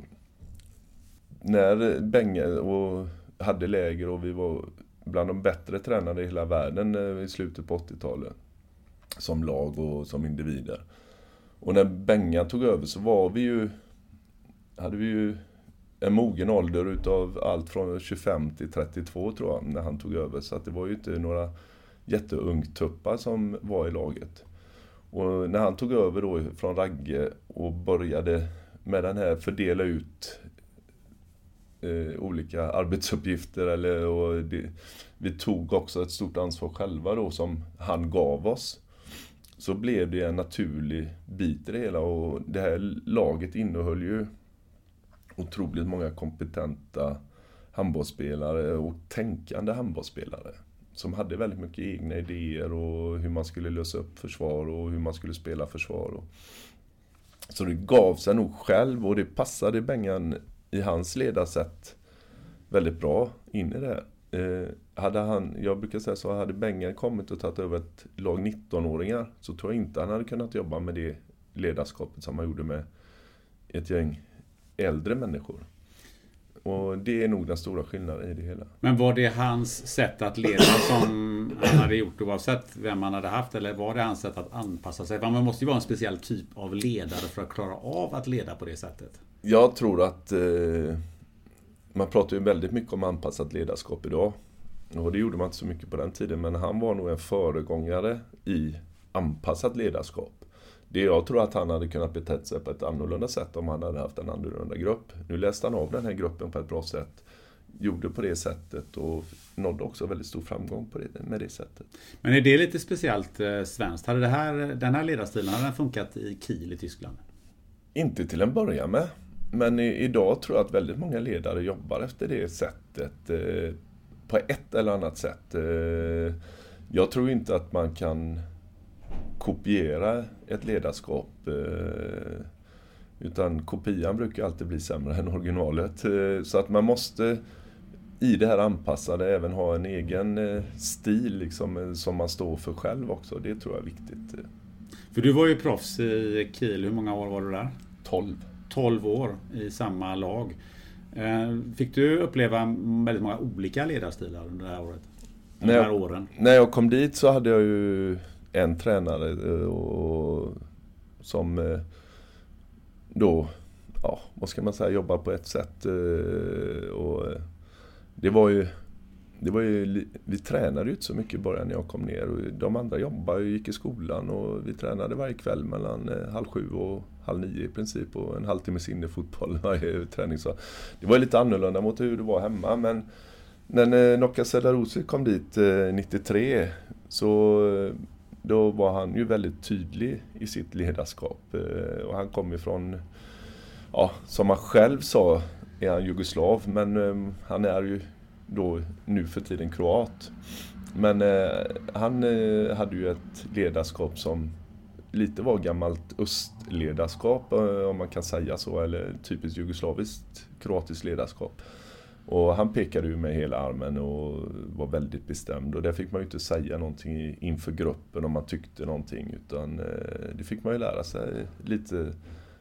när Benge och hade läger och vi var bland de bättre tränade i hela världen i slutet på åttiotalet. Som lag och som individer. Och när Benga tog över så var vi ju, hade vi ju en mogen ålder utav allt från tjugofem till trettiotvå tror jag när han tog över. Så att det var ju inte några jätteungtuppar som var i laget. Och när han tog över då från Ragge och började med den här fördela ut eh, olika arbetsuppgifter eller, och det, vi tog också ett stort ansvar själva då som han gav oss. Så blev det en naturlig bit i det hela, och det här laget innehöll ju otroligt många kompetenta handbollsspelare och tänkande handbollsspelare som hade väldigt mycket egna idéer och hur man skulle lösa upp försvar och hur man skulle spela försvar. Och så det gav sig nog själv, och det passade Bengan i hans ledarsätt väldigt bra in i det här. Eh, hade han, jag brukar säga så, hade Bengan kommit och tagit över ett lag nitton-åringar så tror jag inte han hade kunnat jobba med det ledarskapet som han gjorde med ett gäng äldre människor. Och det är nog den stora skillnaden i det hela. Men var det hans sätt att leda som han hade gjort oavsett vem han hade haft, eller var det hans sätt att anpassa sig? För man måste ju vara en speciell typ av ledare för att klara av att leda på det sättet. Jag tror att eh, man pratar ju väldigt mycket om anpassat ledarskap idag. Och det gjorde man inte så mycket på den tiden, men han var nog en föregångare i anpassat ledarskap. Det jag tror att han hade kunnat betett sig på ett annorlunda sätt om han hade haft en annorlunda grupp. Nu läste han av den här gruppen på ett bra sätt, gjorde på det sättet och nådde också väldigt stor framgång på det, med det sättet. Men är det lite speciellt eh, svenskt? Hade det här, den här ledarstilen hade den funkat i Kiel i Tyskland? Inte till en början med. Men i, idag tror jag att väldigt många ledare jobbar efter det sättet eh, på ett eller annat sätt. Eh, jag tror inte att man kan kopiera ett ledarskap, eh, utan kopian brukar alltid bli sämre än originalet. Eh, så att man måste i det här anpassade även ha en egen eh, stil liksom, som man står för själv också. Det tror jag är viktigt. För du var ju proffs i Kiel. Hur många år var du där? tolv. tolv år i samma lag. Eh, fick du uppleva väldigt många olika ledarstilar under det här året? Under När de här jag, åren? när jag kom dit så hade jag ju en tränare och, som då, ja, vad ska man säga, jobbar på ett sätt. Och det var ju, det var ju, vi tränade ju inte så mycket i början när jag kom ner. Och de andra jobbade och gick i skolan och vi tränade varje kväll mellan halv sju och halv nio i princip. Och en halvtimmes innefotboll varje träning. Så det var lite annorlunda mot hur det var hemma. Men när Nokka Selarosi kom dit nittiotre så då var han ju väldigt tydlig i sitt ledarskap. Och han kom ifrån, ja, som han själv sa är han jugoslav, men um, han är ju då nu för tiden kroat. Men uh, han uh, hade ju ett ledarskap som lite var gammalt östledarskap, uh, om man kan säga så, eller typiskt jugoslaviskt kroatiskt ledarskap. Och han pekade ju med hela armen och var väldigt bestämd. Och där fick man ju inte säga någonting inför gruppen om man tyckte någonting. Utan eh, det fick man ju lära sig lite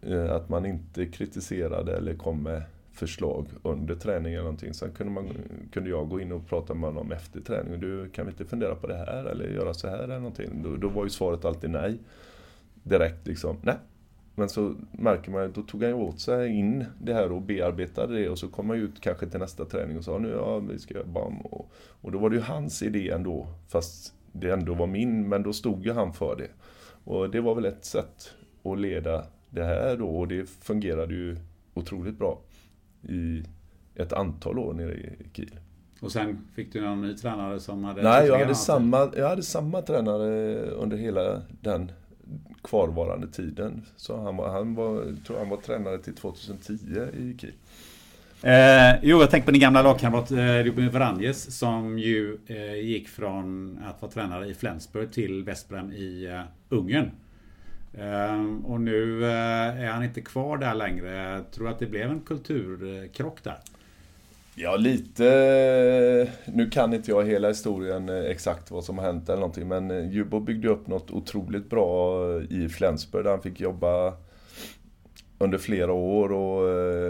Att man inte kritiserade eller kom med förslag under träning eller någonting. Sen kunde, man, kunde jag gå in och prata med honom efter träningen. Du, kan vi inte fundera på det här eller göra så här eller någonting? Då, då var ju svaret alltid nej. Direkt liksom, nej. Men så märker man, då tog han ju åt sig in det här och bearbetade det. Och så kom man ut kanske till nästa träning och sa, nu ja, vi ska göra bam. Och, och då var det ju hans idé ändå. Fast det ändå var min, men då stod ju han för det. Och det var väl ett sätt att leda det här då. Och det fungerade ju otroligt bra i ett antal år nere i Kiel. Och sen fick du någon ny tränare som hade... Nej, jag hade, samma, jag hade samma tränare under hela den kvarvarande tiden. Så han var, han var, tror han var tränare till tjugohundratio i Kiel. Eh, jo, jag tänkte på din gamla lagkamrat eh, Ruben Varanjes som ju eh, gick från att vara tränare i Flensburg till Veszprém i eh, Ungern. Eh, och nu eh, är han inte kvar där längre. Jag tror att det blev en kulturkrock där. Ja, lite. Nu kan inte jag hela historien exakt vad som har hänt eller någonting. Men Djurbo byggde upp något otroligt bra i Flensburg där han fick jobba under flera år och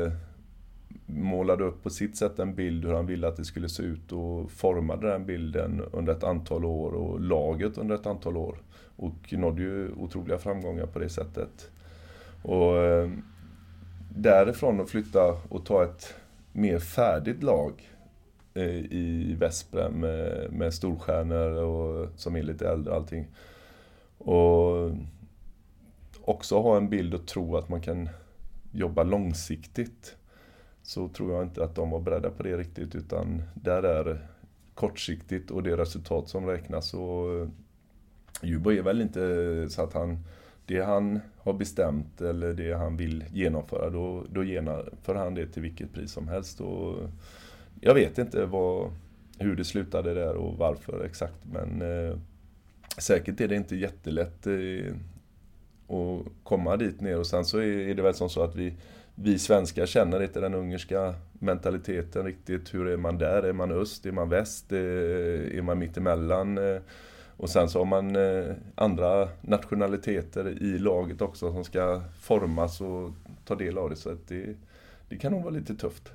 målade upp på sitt sätt en bild hur han ville att det skulle se ut och formade den bilden under ett antal år och laget under ett antal år. Och nådde ju otroliga framgångar på det sättet. Och därifrån att flytta och ta ett mer färdigt lag i Veszprém med, med storstjärnor och som är lite äldre och allting. Och också ha en bild och tro att man kan jobba långsiktigt. Så tror jag inte att de var beredda på det riktigt, utan där är det kortsiktigt och det resultat som räknas. Och Djurbo är väl inte så att han, det han har bestämt eller det han vill genomföra, då, då genomför han det till vilket pris som helst. Och jag vet inte vad, hur det slutade där och varför exakt, men eh, säkert är det inte jättelätt eh, att komma dit ner. Och sen så är, är det väl som så att vi Vi svenskar känner inte den ungerska mentaliteten riktigt. Hur är man där? Är man öst? Är man väst? Är man mittemellan? Och sen så har man andra nationaliteter i laget också som ska formas och ta del av det. Så att det, det kan nog vara lite tufft.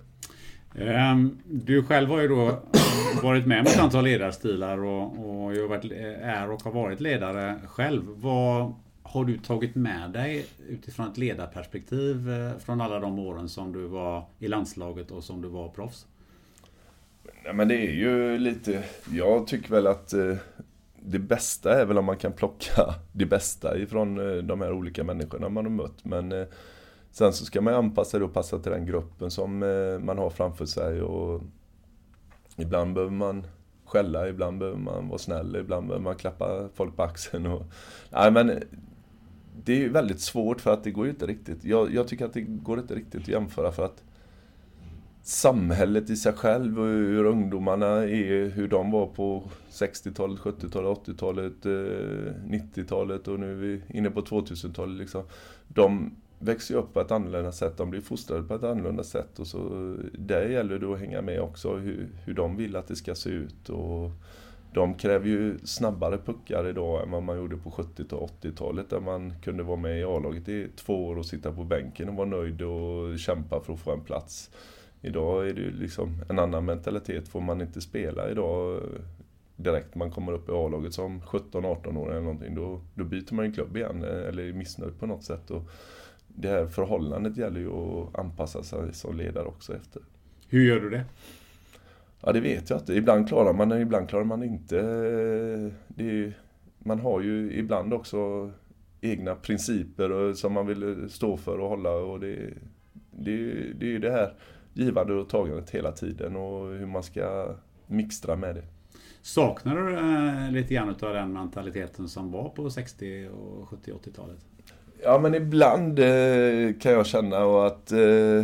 Du själv har ju då varit med med ett antal ledarstilar och, och jag har varit, är och har varit ledare själv. Vad har du tagit med dig utifrån ett ledarperspektiv från alla de åren som du var i landslaget och som du var proffs? Nej, men det är ju lite, jag tycker väl att eh, det bästa är väl om man kan plocka det bästa ifrån eh, de här olika människorna man har mött. Men eh, sen så ska man anpassa det och passa till den gruppen som eh, man har framför sig. Och ibland behöver man skälla, ibland behöver man vara snäll, ibland behöver man klappa folk på axeln. Och, nej, men det är ju väldigt svårt för att det går ju inte riktigt. Jag, jag tycker att det går inte riktigt att jämföra för att samhället i sig själv och hur ungdomarna är, hur de var på sextiotalet, sjuttiotalet, åttiotalet, nittiotalet och nu är vi inne på tvåtusentalet liksom. De växer upp på ett annorlunda sätt, de blir fostrade på ett annorlunda sätt och så där gäller det att hänga med också hur, hur de vill att det ska se ut. Och de kräver ju snabbare puckar idag än vad man gjorde på sjuttio- och åttiotalet där man kunde vara med i A-laget i två år och sitta på bänken och vara nöjd och kämpa för att få en plats. Idag är det ju liksom en annan mentalitet, får man inte spela idag direkt man kommer upp i A-laget som sjutton arton år eller någonting, då, då byter man ju klubb igen eller är missnöjd på något sätt. Och det här förhållandet gäller ju att anpassa sig som ledare också efter. Hur gör du det? Ja, det vet jag inte. Ibland klarar man det, ibland klarar man inte. Det är, man har ju ibland också egna principer som man vill stå för och hålla. Och det, det, det är ju det här givande och tagandet hela tiden och hur man ska mixtra med det. Saknar du äh, lite grann av den mentaliteten som var på sextio- och sjuttio- och åttiotalet? Ja, men ibland eh, kan jag känna och att eh,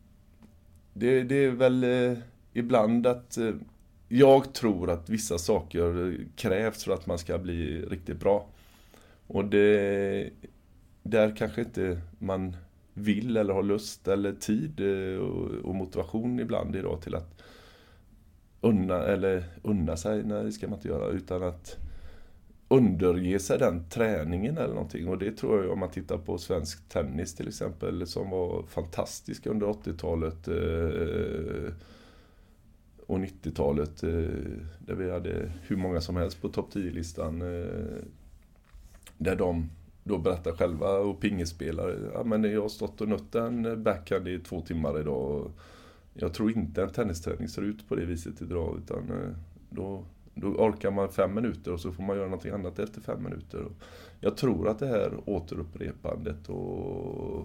det, det är väl eh, ibland att eh, jag tror att vissa saker krävs för att man ska bli riktigt bra. Och det, där kanske inte man vill eller har lust eller tid eh, och, och motivation ibland idag till att unna, eller unna sig, nej det ska man inte göra, utan att underge sig den träningen eller någonting. Och det tror jag, om man tittar på svensk tennis till exempel, som var fantastisk under åttiotalet eh, och nittiotalet, eh, där vi hade hur många som helst på topp tio-listan, eh, där de då berättar själva, och pingespelare, ja, men jag har stått och nött en backhand i två timmar idag, och jag tror inte en tennisträning ser ut på det viset idag, utan eh, då Då orkar man fem minuter och så får man göra någonting annat efter fem minuter. Jag tror att det här återupprepandet och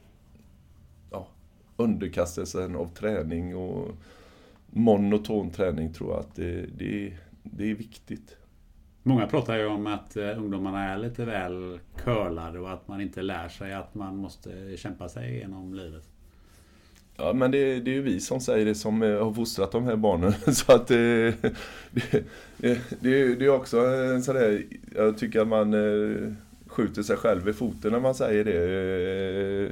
ja, underkastelsen av träning och monoton träning, tror jag att det, det, det är viktigt. Många pratar ju om att ungdomarna är lite väl curlade och att man inte lär sig, att man måste kämpa sig genom livet. Ja, men det, det är ju vi som säger det, som har fostrat de här barnen. Så att det, det, det, det är också en sån där, jag tycker att man skjuter sig själv i foten när man säger det.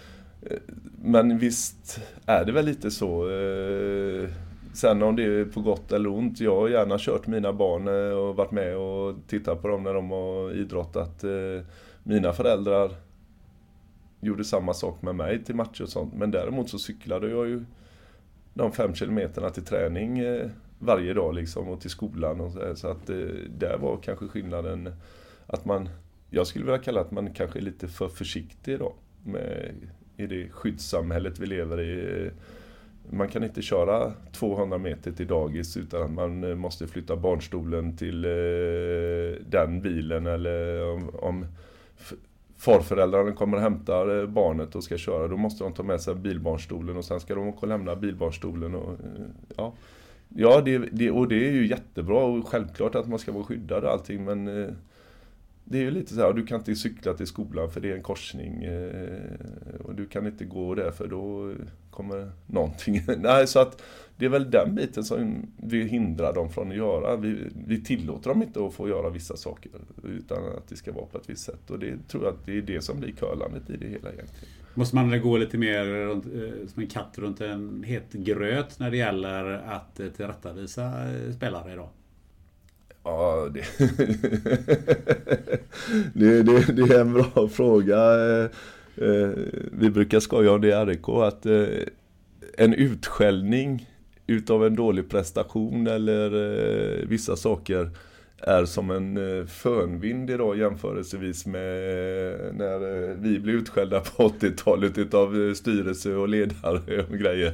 Men visst är det väl lite så. Sen om det är på gott eller ont, jag har gärna kört mina barn och varit med och tittat på dem när de har idrottat. Mina föräldrar gjorde samma sak med mig till matcher och sånt. Men däremot så cyklade jag ju de fem kilometerna till träning eh, varje dag liksom, och till skolan och så, så att eh, där var kanske skillnaden att man, jag skulle vilja kalla att man kanske är lite för försiktig då med, i det skyddssamhället vi lever i. Man kan inte köra tvåhundra meter till dagis utan att man måste flytta barnstolen till eh, den bilen, eller om, om farföräldrarna kommer och hämtar barnet och ska köra, då måste de ta med sig bilbarnstolen och sen ska de också lämna bilbarnstolen. Och, ja, ja det, det, och det är ju jättebra och självklart att man ska vara skyddad och allting, men det är ju lite så här, du kan inte cykla till skolan för det är en korsning och du kan inte gå där för då kommer någonting. Nej, så att det är väl den biten som vi hindrar dem från att göra. Vi, vi tillåter dem inte att få göra vissa saker utan att det ska vara på ett visst sätt. Och det tror jag att det är det som blir curlandet i det hela egentligen. Måste man gå lite mer runt, som en katt runt en het gröt när det gäller att tillrättavisa spelare idag? Ja, det, det, det, det är en bra fråga. Vi brukar skoja om det i R K, att en utskällning utav en dålig prestation eller vissa saker är som en fönvind idag jämförelsevis med när vi blev utskällda på åttiotalet utav styrelse och ledare och grejer.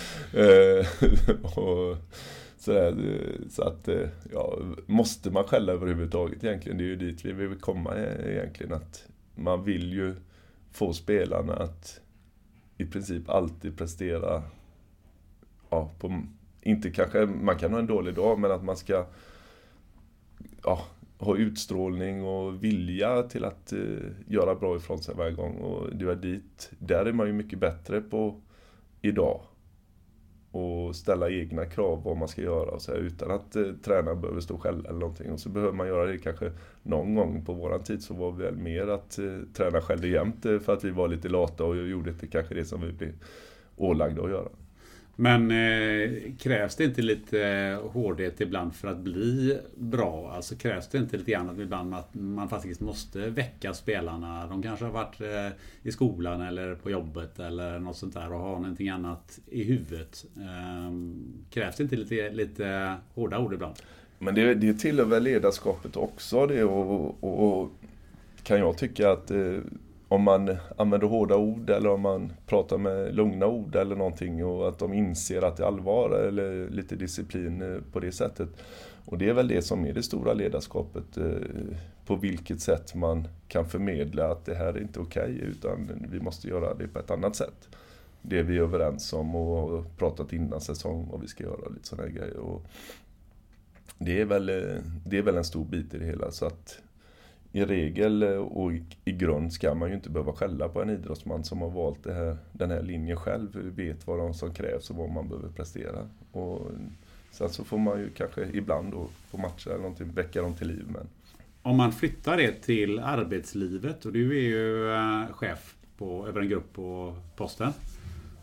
och Så, så att, ja, måste man skälla överhuvudtaget egentligen? Det är ju dit vi vill komma egentligen, att man vill ju få spelarna att i princip alltid prestera, ja, på, inte kanske, man kan ha en dålig dag, men att man ska ja, ha utstrålning och vilja till att uh, göra bra ifrån sig varje gång, och det är dit, där är man ju mycket bättre på idag. Och ställa egna krav vad man ska göra och så här, utan att eh, tränaren behöver stå själv eller någonting. Och så behöver man göra det kanske någon gång. På våran tid så var vi väl mer att eh, träna själv jämt eh, för att vi var lite lata och gjorde det kanske det som vi blev ålagda att göra. Men eh, krävs det inte lite hårdhet ibland för att bli bra? Alltså krävs det inte lite grann att ibland att man faktiskt måste väcka spelarna? De kanske har varit eh, i skolan eller på jobbet eller något sånt där och har någonting annat i huvudet. Eh, krävs det inte lite, lite hårda ord ibland? Men det, det tillhör väl ledarskapet också det, och, och, och kan jag tycka att eh, om man använder hårda ord eller om man pratar med lugna ord eller någonting, och att de inser att det är allvar eller lite disciplin på det sättet. Och det är väl det som är det stora ledarskapet, på vilket sätt man kan förmedla att det här är inte okej, utan vi måste göra det på ett annat sätt. Det vi är överens om och pratat innan säsong vad vi ska göra, lite sådana grejer. Och det är väl, det är väl en stor bit i det hela, så att i regel och i grund ska man ju inte behöva skälla på en idrottsman som har valt det här, den här linjen själv, vet vad de som krävs och vad man behöver prestera. Och sen så får man ju kanske ibland då på matcher eller någonting väcka dem till liv. Men om man flyttar det till arbetslivet, och du är ju chef på, över en grupp på Posten.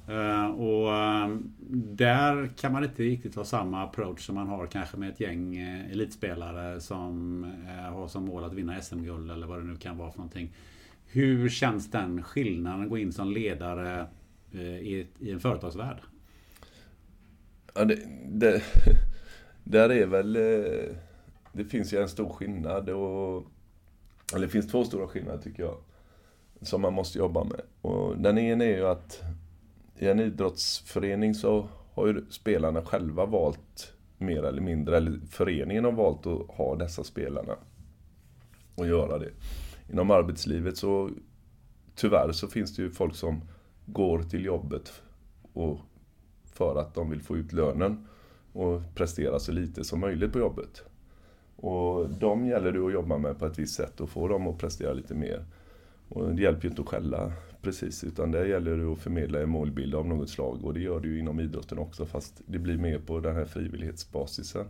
Uh, och uh, där kan man inte riktigt ha samma approach som man har kanske med ett gäng uh, elitspelare som uh, har som mål att vinna S M-guld eller vad det nu kan vara för någonting. Hur känns den skillnaden att gå in som ledare uh, i, ett, i en företagsvärld? Ja, det, det, där är väl uh, det finns ju en stor skillnad och, eller det finns två stora skillnader tycker jag som man måste jobba med. Och den ena är ju att i en idrottsförening så har ju spelarna själva valt mer eller mindre, eller föreningen har valt att ha dessa spelarna och göra det. Inom arbetslivet så tyvärr så finns det ju folk som går till jobbet och för att de vill få ut lönen och prestera så lite som möjligt på jobbet. Och de gäller det att jobba med på ett visst sätt och få dem att prestera lite mer. Och det hjälper ju inte att skälla precis, utan det gäller det att förmedla en målbild av något slag. Och det gör det ju inom idrotten också, fast det blir mer på den här frivillighetsbasisen.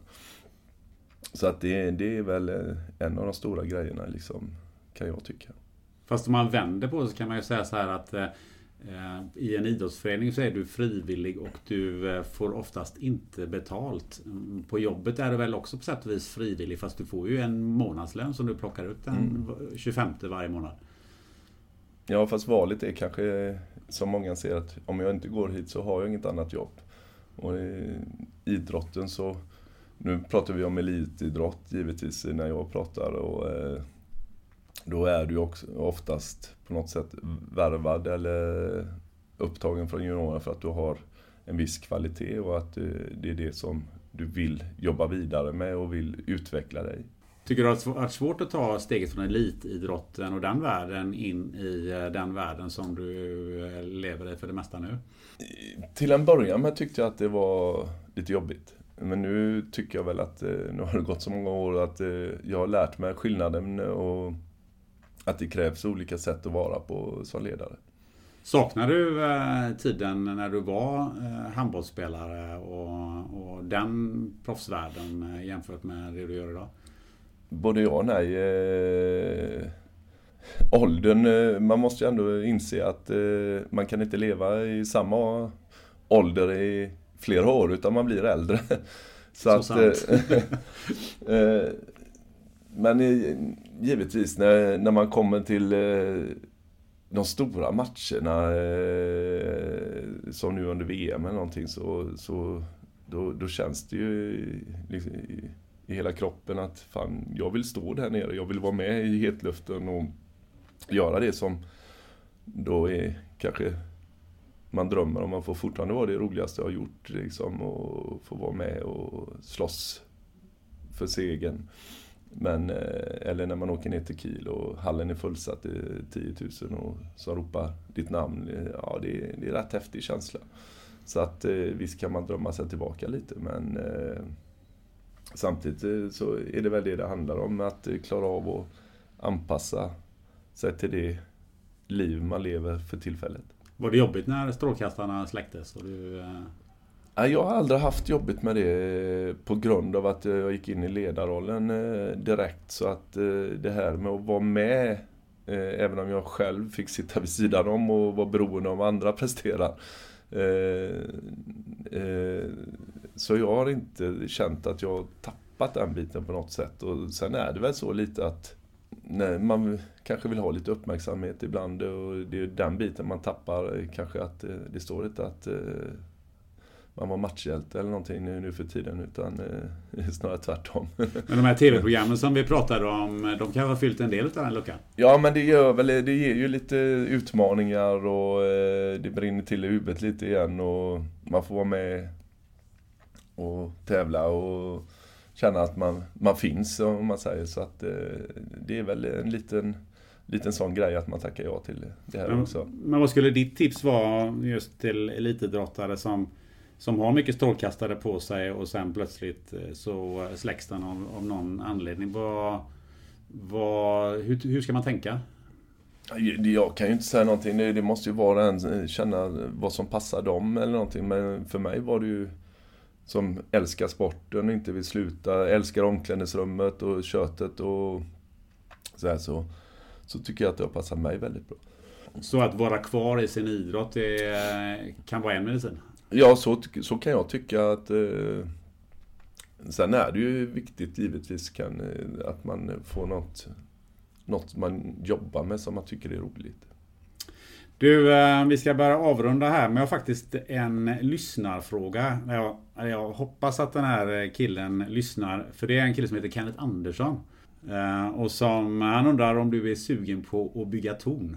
Så att det, det är väl en av de stora grejerna, liksom, kan jag tycka. Fast om man vänder på så kan man ju säga så här att eh, i en idrottsförening så är du frivillig och du eh, får oftast inte betalt. På jobbet är du väl också på sätt och vis frivillig, fast du får ju en månadslön som du plockar ut den mm. tjugofemte varje månad. Ja, fast valet är kanske, som många ser, att om jag inte går hit så har jag inget annat jobb. Och i idrotten så, nu pratar vi om elitidrott givetvis när jag pratar, och eh, då är du också oftast på något sätt värvad eller upptagen från juniorerna för att du har en viss kvalitet och att det är det som du vill jobba vidare med och vill utveckla dig. Tycker du att det är svårt att ta steget från elitidrotten och den världen in i den världen som du lever i för det mesta nu? Till en början med tyckte jag att det var lite jobbigt. Men nu tycker jag väl att, nu har det gått så många år, att jag har lärt mig skillnaden och att det krävs olika sätt att vara på som ledare. Saknar du eh, tiden när du var eh, handbollsspelare och, och den proffsvärlden eh, jämfört med det du gör idag? Både ja och nej. Eh, åldern, eh, man måste ju ändå inse att eh, man kan inte leva i samma ålder i flera år, utan man blir äldre. Så, så att, eh, eh, men eh, givetvis när, när man kommer till eh, de stora matcherna eh, som nu under V M eller någonting, så, så då, då känns det ju liksom, i, i hela kroppen att fan, jag vill stå där nere, jag vill vara med i hetluften och göra det som då är kanske man drömmer om. Man får fortfarande vara det roligaste jag har gjort liksom, och få vara med och slåss för segern. Men, eller när man åker ner till Kiel och hallen är fullsatt i tio tusen och så ropar ditt namn, ja, det är, det är rätt häftig känsla. Så att visst kan man drömma sig tillbaka lite, men eh, samtidigt så är det väl det det handlar om, att klara av att anpassa sig till det liv man lever för tillfället. Var det jobbigt när strålkastarna släcktes? Och du, eh... Jag har aldrig haft jobbigt med det på grund av att jag gick in i ledarrollen direkt. Så att det här med att vara med, även om jag själv fick sitta vid sidan om och vara beroende av andra presterar. Så jag har inte känt att jag har tappat den biten på något sätt. Och sen är det väl så lite att nej, man kanske vill ha lite uppmärksamhet ibland, och det är den biten man tappar. Kanske att det står inte att man var matchhjälte eller någonting nu, nu för tiden, utan eh, snarare tvärtom. Men de här tv-programmen som vi pratade om, de kanske har fyllt en del av den luckan? Ja, men det gör väl, det ger ju lite utmaningar och eh, det brinner till i huvudet lite igen och man får vara med och tävla och känna att man, man finns, om man säger. Så att eh, det är väl en liten, liten sån grej att man tackar ja till det här men, också. Men vad skulle ditt tips vara just till elitidrottare som som har mycket strålkastare på sig och sen plötsligt så släcks den av, av någon anledning? Vad, vad, hur, hur ska man tänka? Jag kan ju inte säga någonting. Det måste ju vara en känna vad som passar dem eller någonting. Men för mig var det ju som älskar sporten och inte vill sluta. Älskar omklädningsrummet och köttet och så här, så, så tycker jag att det har passat mig väldigt bra. Så att vara kvar i sin idrott det kan vara en medicin? Ja, så, så kan jag tycka att... Eh, sen är det ju viktigt givetvis kan, att man får något, något man jobbar med som man tycker är roligt. Du, vi ska börja avrunda här, men jag har faktiskt en lyssnarfråga. Jag, jag hoppas att den här killen lyssnar, för det är en kille som heter Kenneth Andersson. Och som, han undrar om du är sugen på att bygga torn.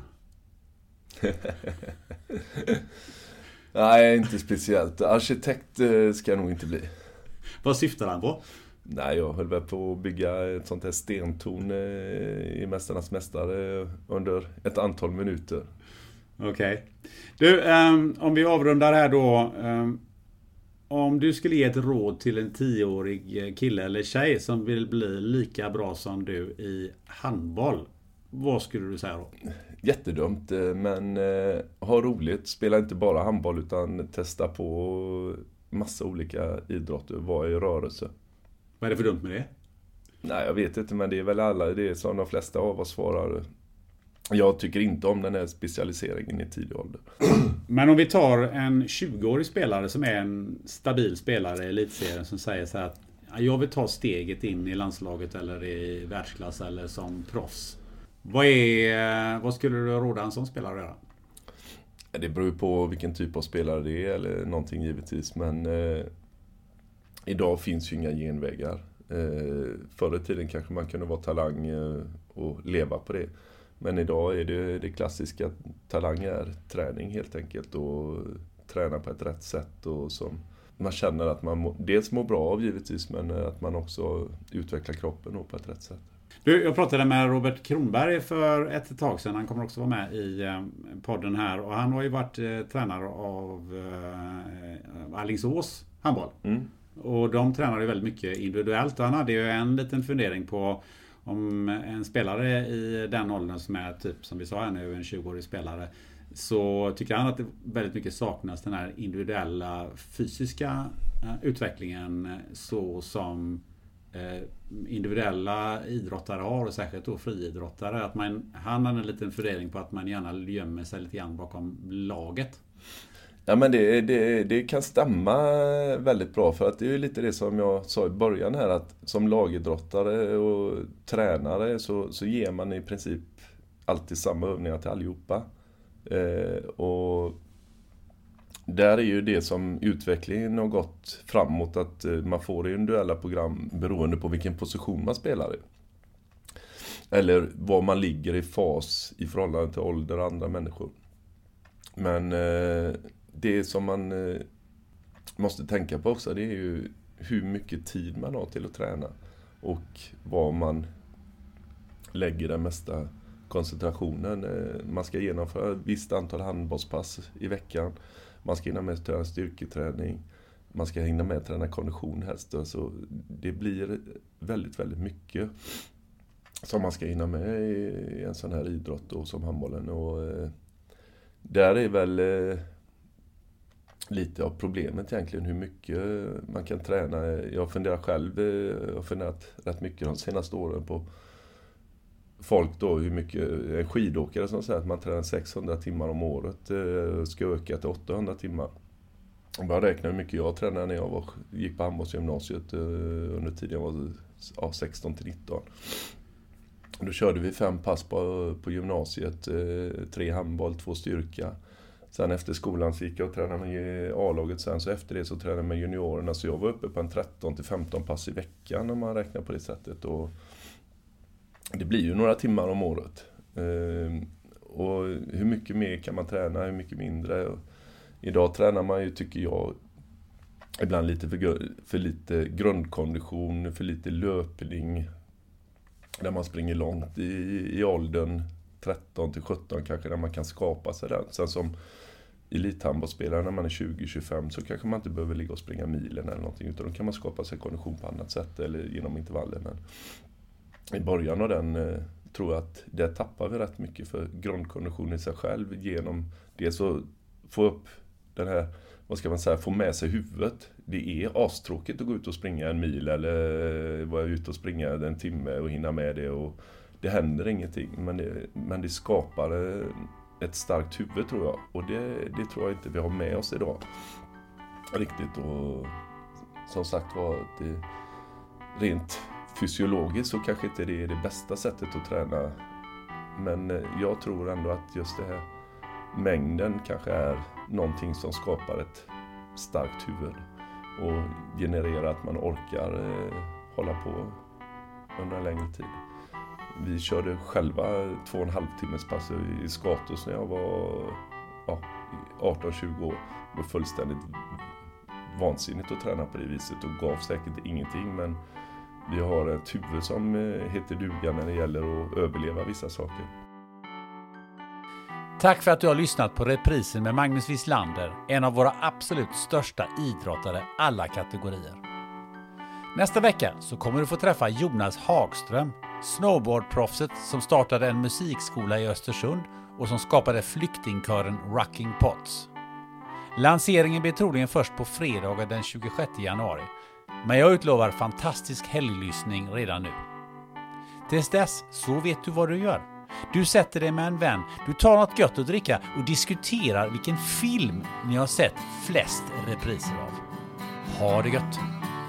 Nej, inte speciellt. Arkitekt ska jag nog inte bli. Vad syftar han på? Nej, jag höll väl på att bygga ett sånt här stentorn i Mästarnas mästare under ett antal minuter. Okej. Okay. Du, um, om vi avrundar här då. Um, om du skulle ge ett råd till en tioårig kille eller tjej som vill bli lika bra som du i handboll, vad skulle du säga då? Jättedumt, men eh, ha roligt. Spela inte bara handboll utan testa på massa olika idrotter. Var i rörelse. Vad är det för dumt med det? Nej, jag vet inte, men det är väl alla det är som de flesta av oss svarar. Jag tycker inte om den här specialiseringen i tidig ålder. Men om vi tar en tjugoårig spelare som är en stabil spelare i elitserien som säger så här att jag vill ta steget in i landslaget eller i världsklass eller som proffs. Vad, är, vad skulle du råda en sån spelare att göra? Det beror på vilken typ av spelare det är eller någonting givetvis. Men eh, idag finns ju inga genvägar. Eh, förr i tiden kanske man kunde vara talang eh, och leva på det. Men idag är det det klassiska talang är träning helt enkelt. Och träna på ett rätt sätt. Och som man känner att man må, dels mår bra av givetvis. Men att man också utvecklar kroppen på ett rätt sätt. Du, jag pratade med Robert Kronberg för ett tag sedan. Han kommer också vara med i eh, podden här. Och han har ju varit eh, tränare av eh, Alingsås handboll. Mm. Och de tränar ju väldigt mycket individuellt. Och han hade ju en liten fundering på om en spelare i den åldern som är typ som vi sa här nu, en tjugoårig spelare. Så tycker han att det väldigt mycket saknas den här individuella fysiska eh, utvecklingen så som individuella idrottare har och särskilt då friidrottare. Att man, han har en liten fundering på att man gärna gömmer sig lite grann bakom laget. Ja, men det, det, det kan stämma väldigt bra för att det är ju lite det som jag sa i början här att som lagidrottare och tränare så, så ger man i princip alltid samma övningar till allihopa. Eh, och där är ju det som utvecklingen har gått framåt att man får individuella program beroende på vilken position man spelar i. Eller var man ligger i fas i förhållande till ålder och andra människor. Men eh, det som man eh, måste tänka på också det är ju hur mycket tid man har till att träna. Och var man lägger den mesta koncentrationen. Eh, man ska genomföra ett visst antal handbollspass i veckan. Man ska hinna med att träna styrketräning. Man ska hinna med att träna kondition helst. Så det blir väldigt, väldigt mycket som man ska hinna med i en sån här idrott då, som handbollen. Och eh, där är väl eh, lite av problemet egentligen hur mycket man kan träna. Jag funderar själv, eh, jag har funderat rätt mycket de senaste åren på folk då, hur mycket en skidåkare som säger att man tränar sexhundra timmar om året eh, ska öka till åttahundra timmar. Jag bara räknar hur mycket jag tränade när jag var, gick på handbollsgymnasiet eh, under tiden jag var ja, sexton till nitton. Då körde vi fem pass på, på gymnasiet, eh, tre handboll, två styrka. Sen efter skolan så gick jag och tränade med A-laget sen, så efter det så tränade jag med juniorerna. Så jag var uppe på en tretton till femton pass i veckan om man räknar på det sättet. Och det blir ju några timmar om året. Eh, och hur mycket mer kan man träna, hur mycket mindre? Idag tränar man ju, tycker jag, ibland lite för, för lite grundkondition, för lite löpning. Där man springer långt i, i åldern tretton till sjutton kanske, där man kan skapa sig den. Sen som elithandbollsspelare när man är tjugo till tjugofem så kanske man inte behöver ligga och springa milen eller någonting, utan då kan man skapa sig kondition på annat sätt eller genom intervaller. Men i början av den eh, tror jag att det tappar vi rätt mycket för grundkondition i sig själv genom det, så få upp den här, vad ska man säga, få med sig huvudet. Det är astråkigt att gå ut och springa en mil eller vara ute och springa en timme och hinna med det och det händer ingenting, men det, men det skapar ett starkt huvud tror jag. Och det, det tror jag inte vi har med oss idag. Riktigt. Och som sagt var, det, rent fysiologiskt så kanske inte det är det bästa sättet att träna. Men jag tror ändå att just det här mängden kanske är någonting som skapar ett starkt huvud. Och genererar att man orkar eh, hålla på under en längre tid. Vi körde själva två och en halv timmes pass i Skatos när jag var ja, arton tjugo år. Det var fullständigt vansinnigt att träna på det viset och gav säkert ingenting. Men vi har ett huvud som heter duga när det gäller att överleva vissa saker. Tack för att du har lyssnat på Reprisen med Magnus Wislander, en av våra absolut största idrottare alla kategorier. Nästa vecka så kommer du få träffa Jonas Hagström, snowboardproffset som startade en musikskola i Östersund och som skapade flyktingkören Rocking Pots. Lanseringen blir troligen först på fredag den tjugosjätte januari, men jag utlovar fantastisk helglyssning redan nu. Tills dess så vet du vad du gör. Du sätter dig med en vän, du tar något gött att dricka och diskuterar vilken film ni har sett flest repriser av. Ha det gött!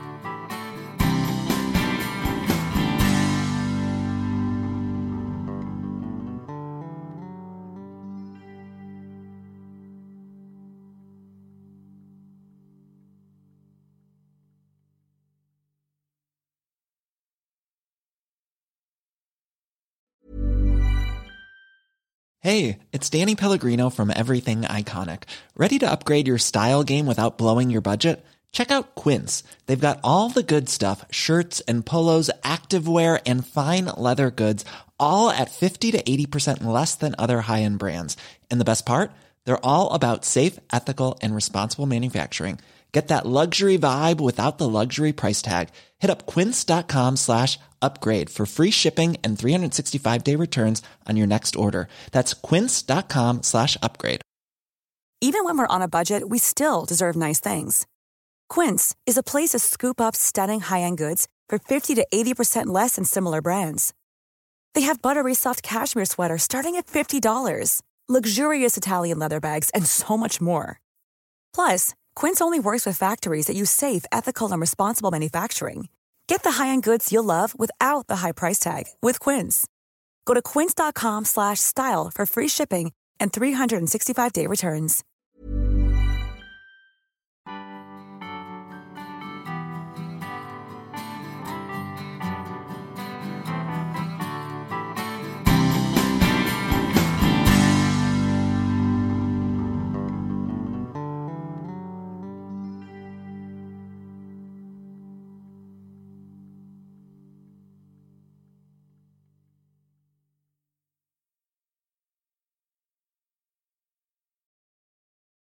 Hey, it's Danny Pellegrino from Everything Iconic. Ready to upgrade your style game without blowing your budget? Check out Quince. They've got all the good stuff, shirts and polos, activewear, and fine leather goods, all at fifty to eighty percent less than other high-end brands. And the best part? They're all about safe, ethical, and responsible manufacturing. Get that luxury vibe without the luxury price tag. Hit up quince.com slash upgrade for free shipping and three sixty-five day returns on your next order. That's quince.com slash upgrade. Even when we're on a budget, we still deserve nice things. Quince is a place to scoop up stunning high-end goods for fifty to eighty percent less than similar brands. They have buttery soft cashmere sweaters starting at fifty dollars, luxurious Italian leather bags, and so much more. Plus, Quince only works with factories that use safe, ethical, and responsible manufacturing. Get the high-end goods you'll love without the high price tag with Quince. Go to quince.com slash style for free shipping and three sixty-five day returns.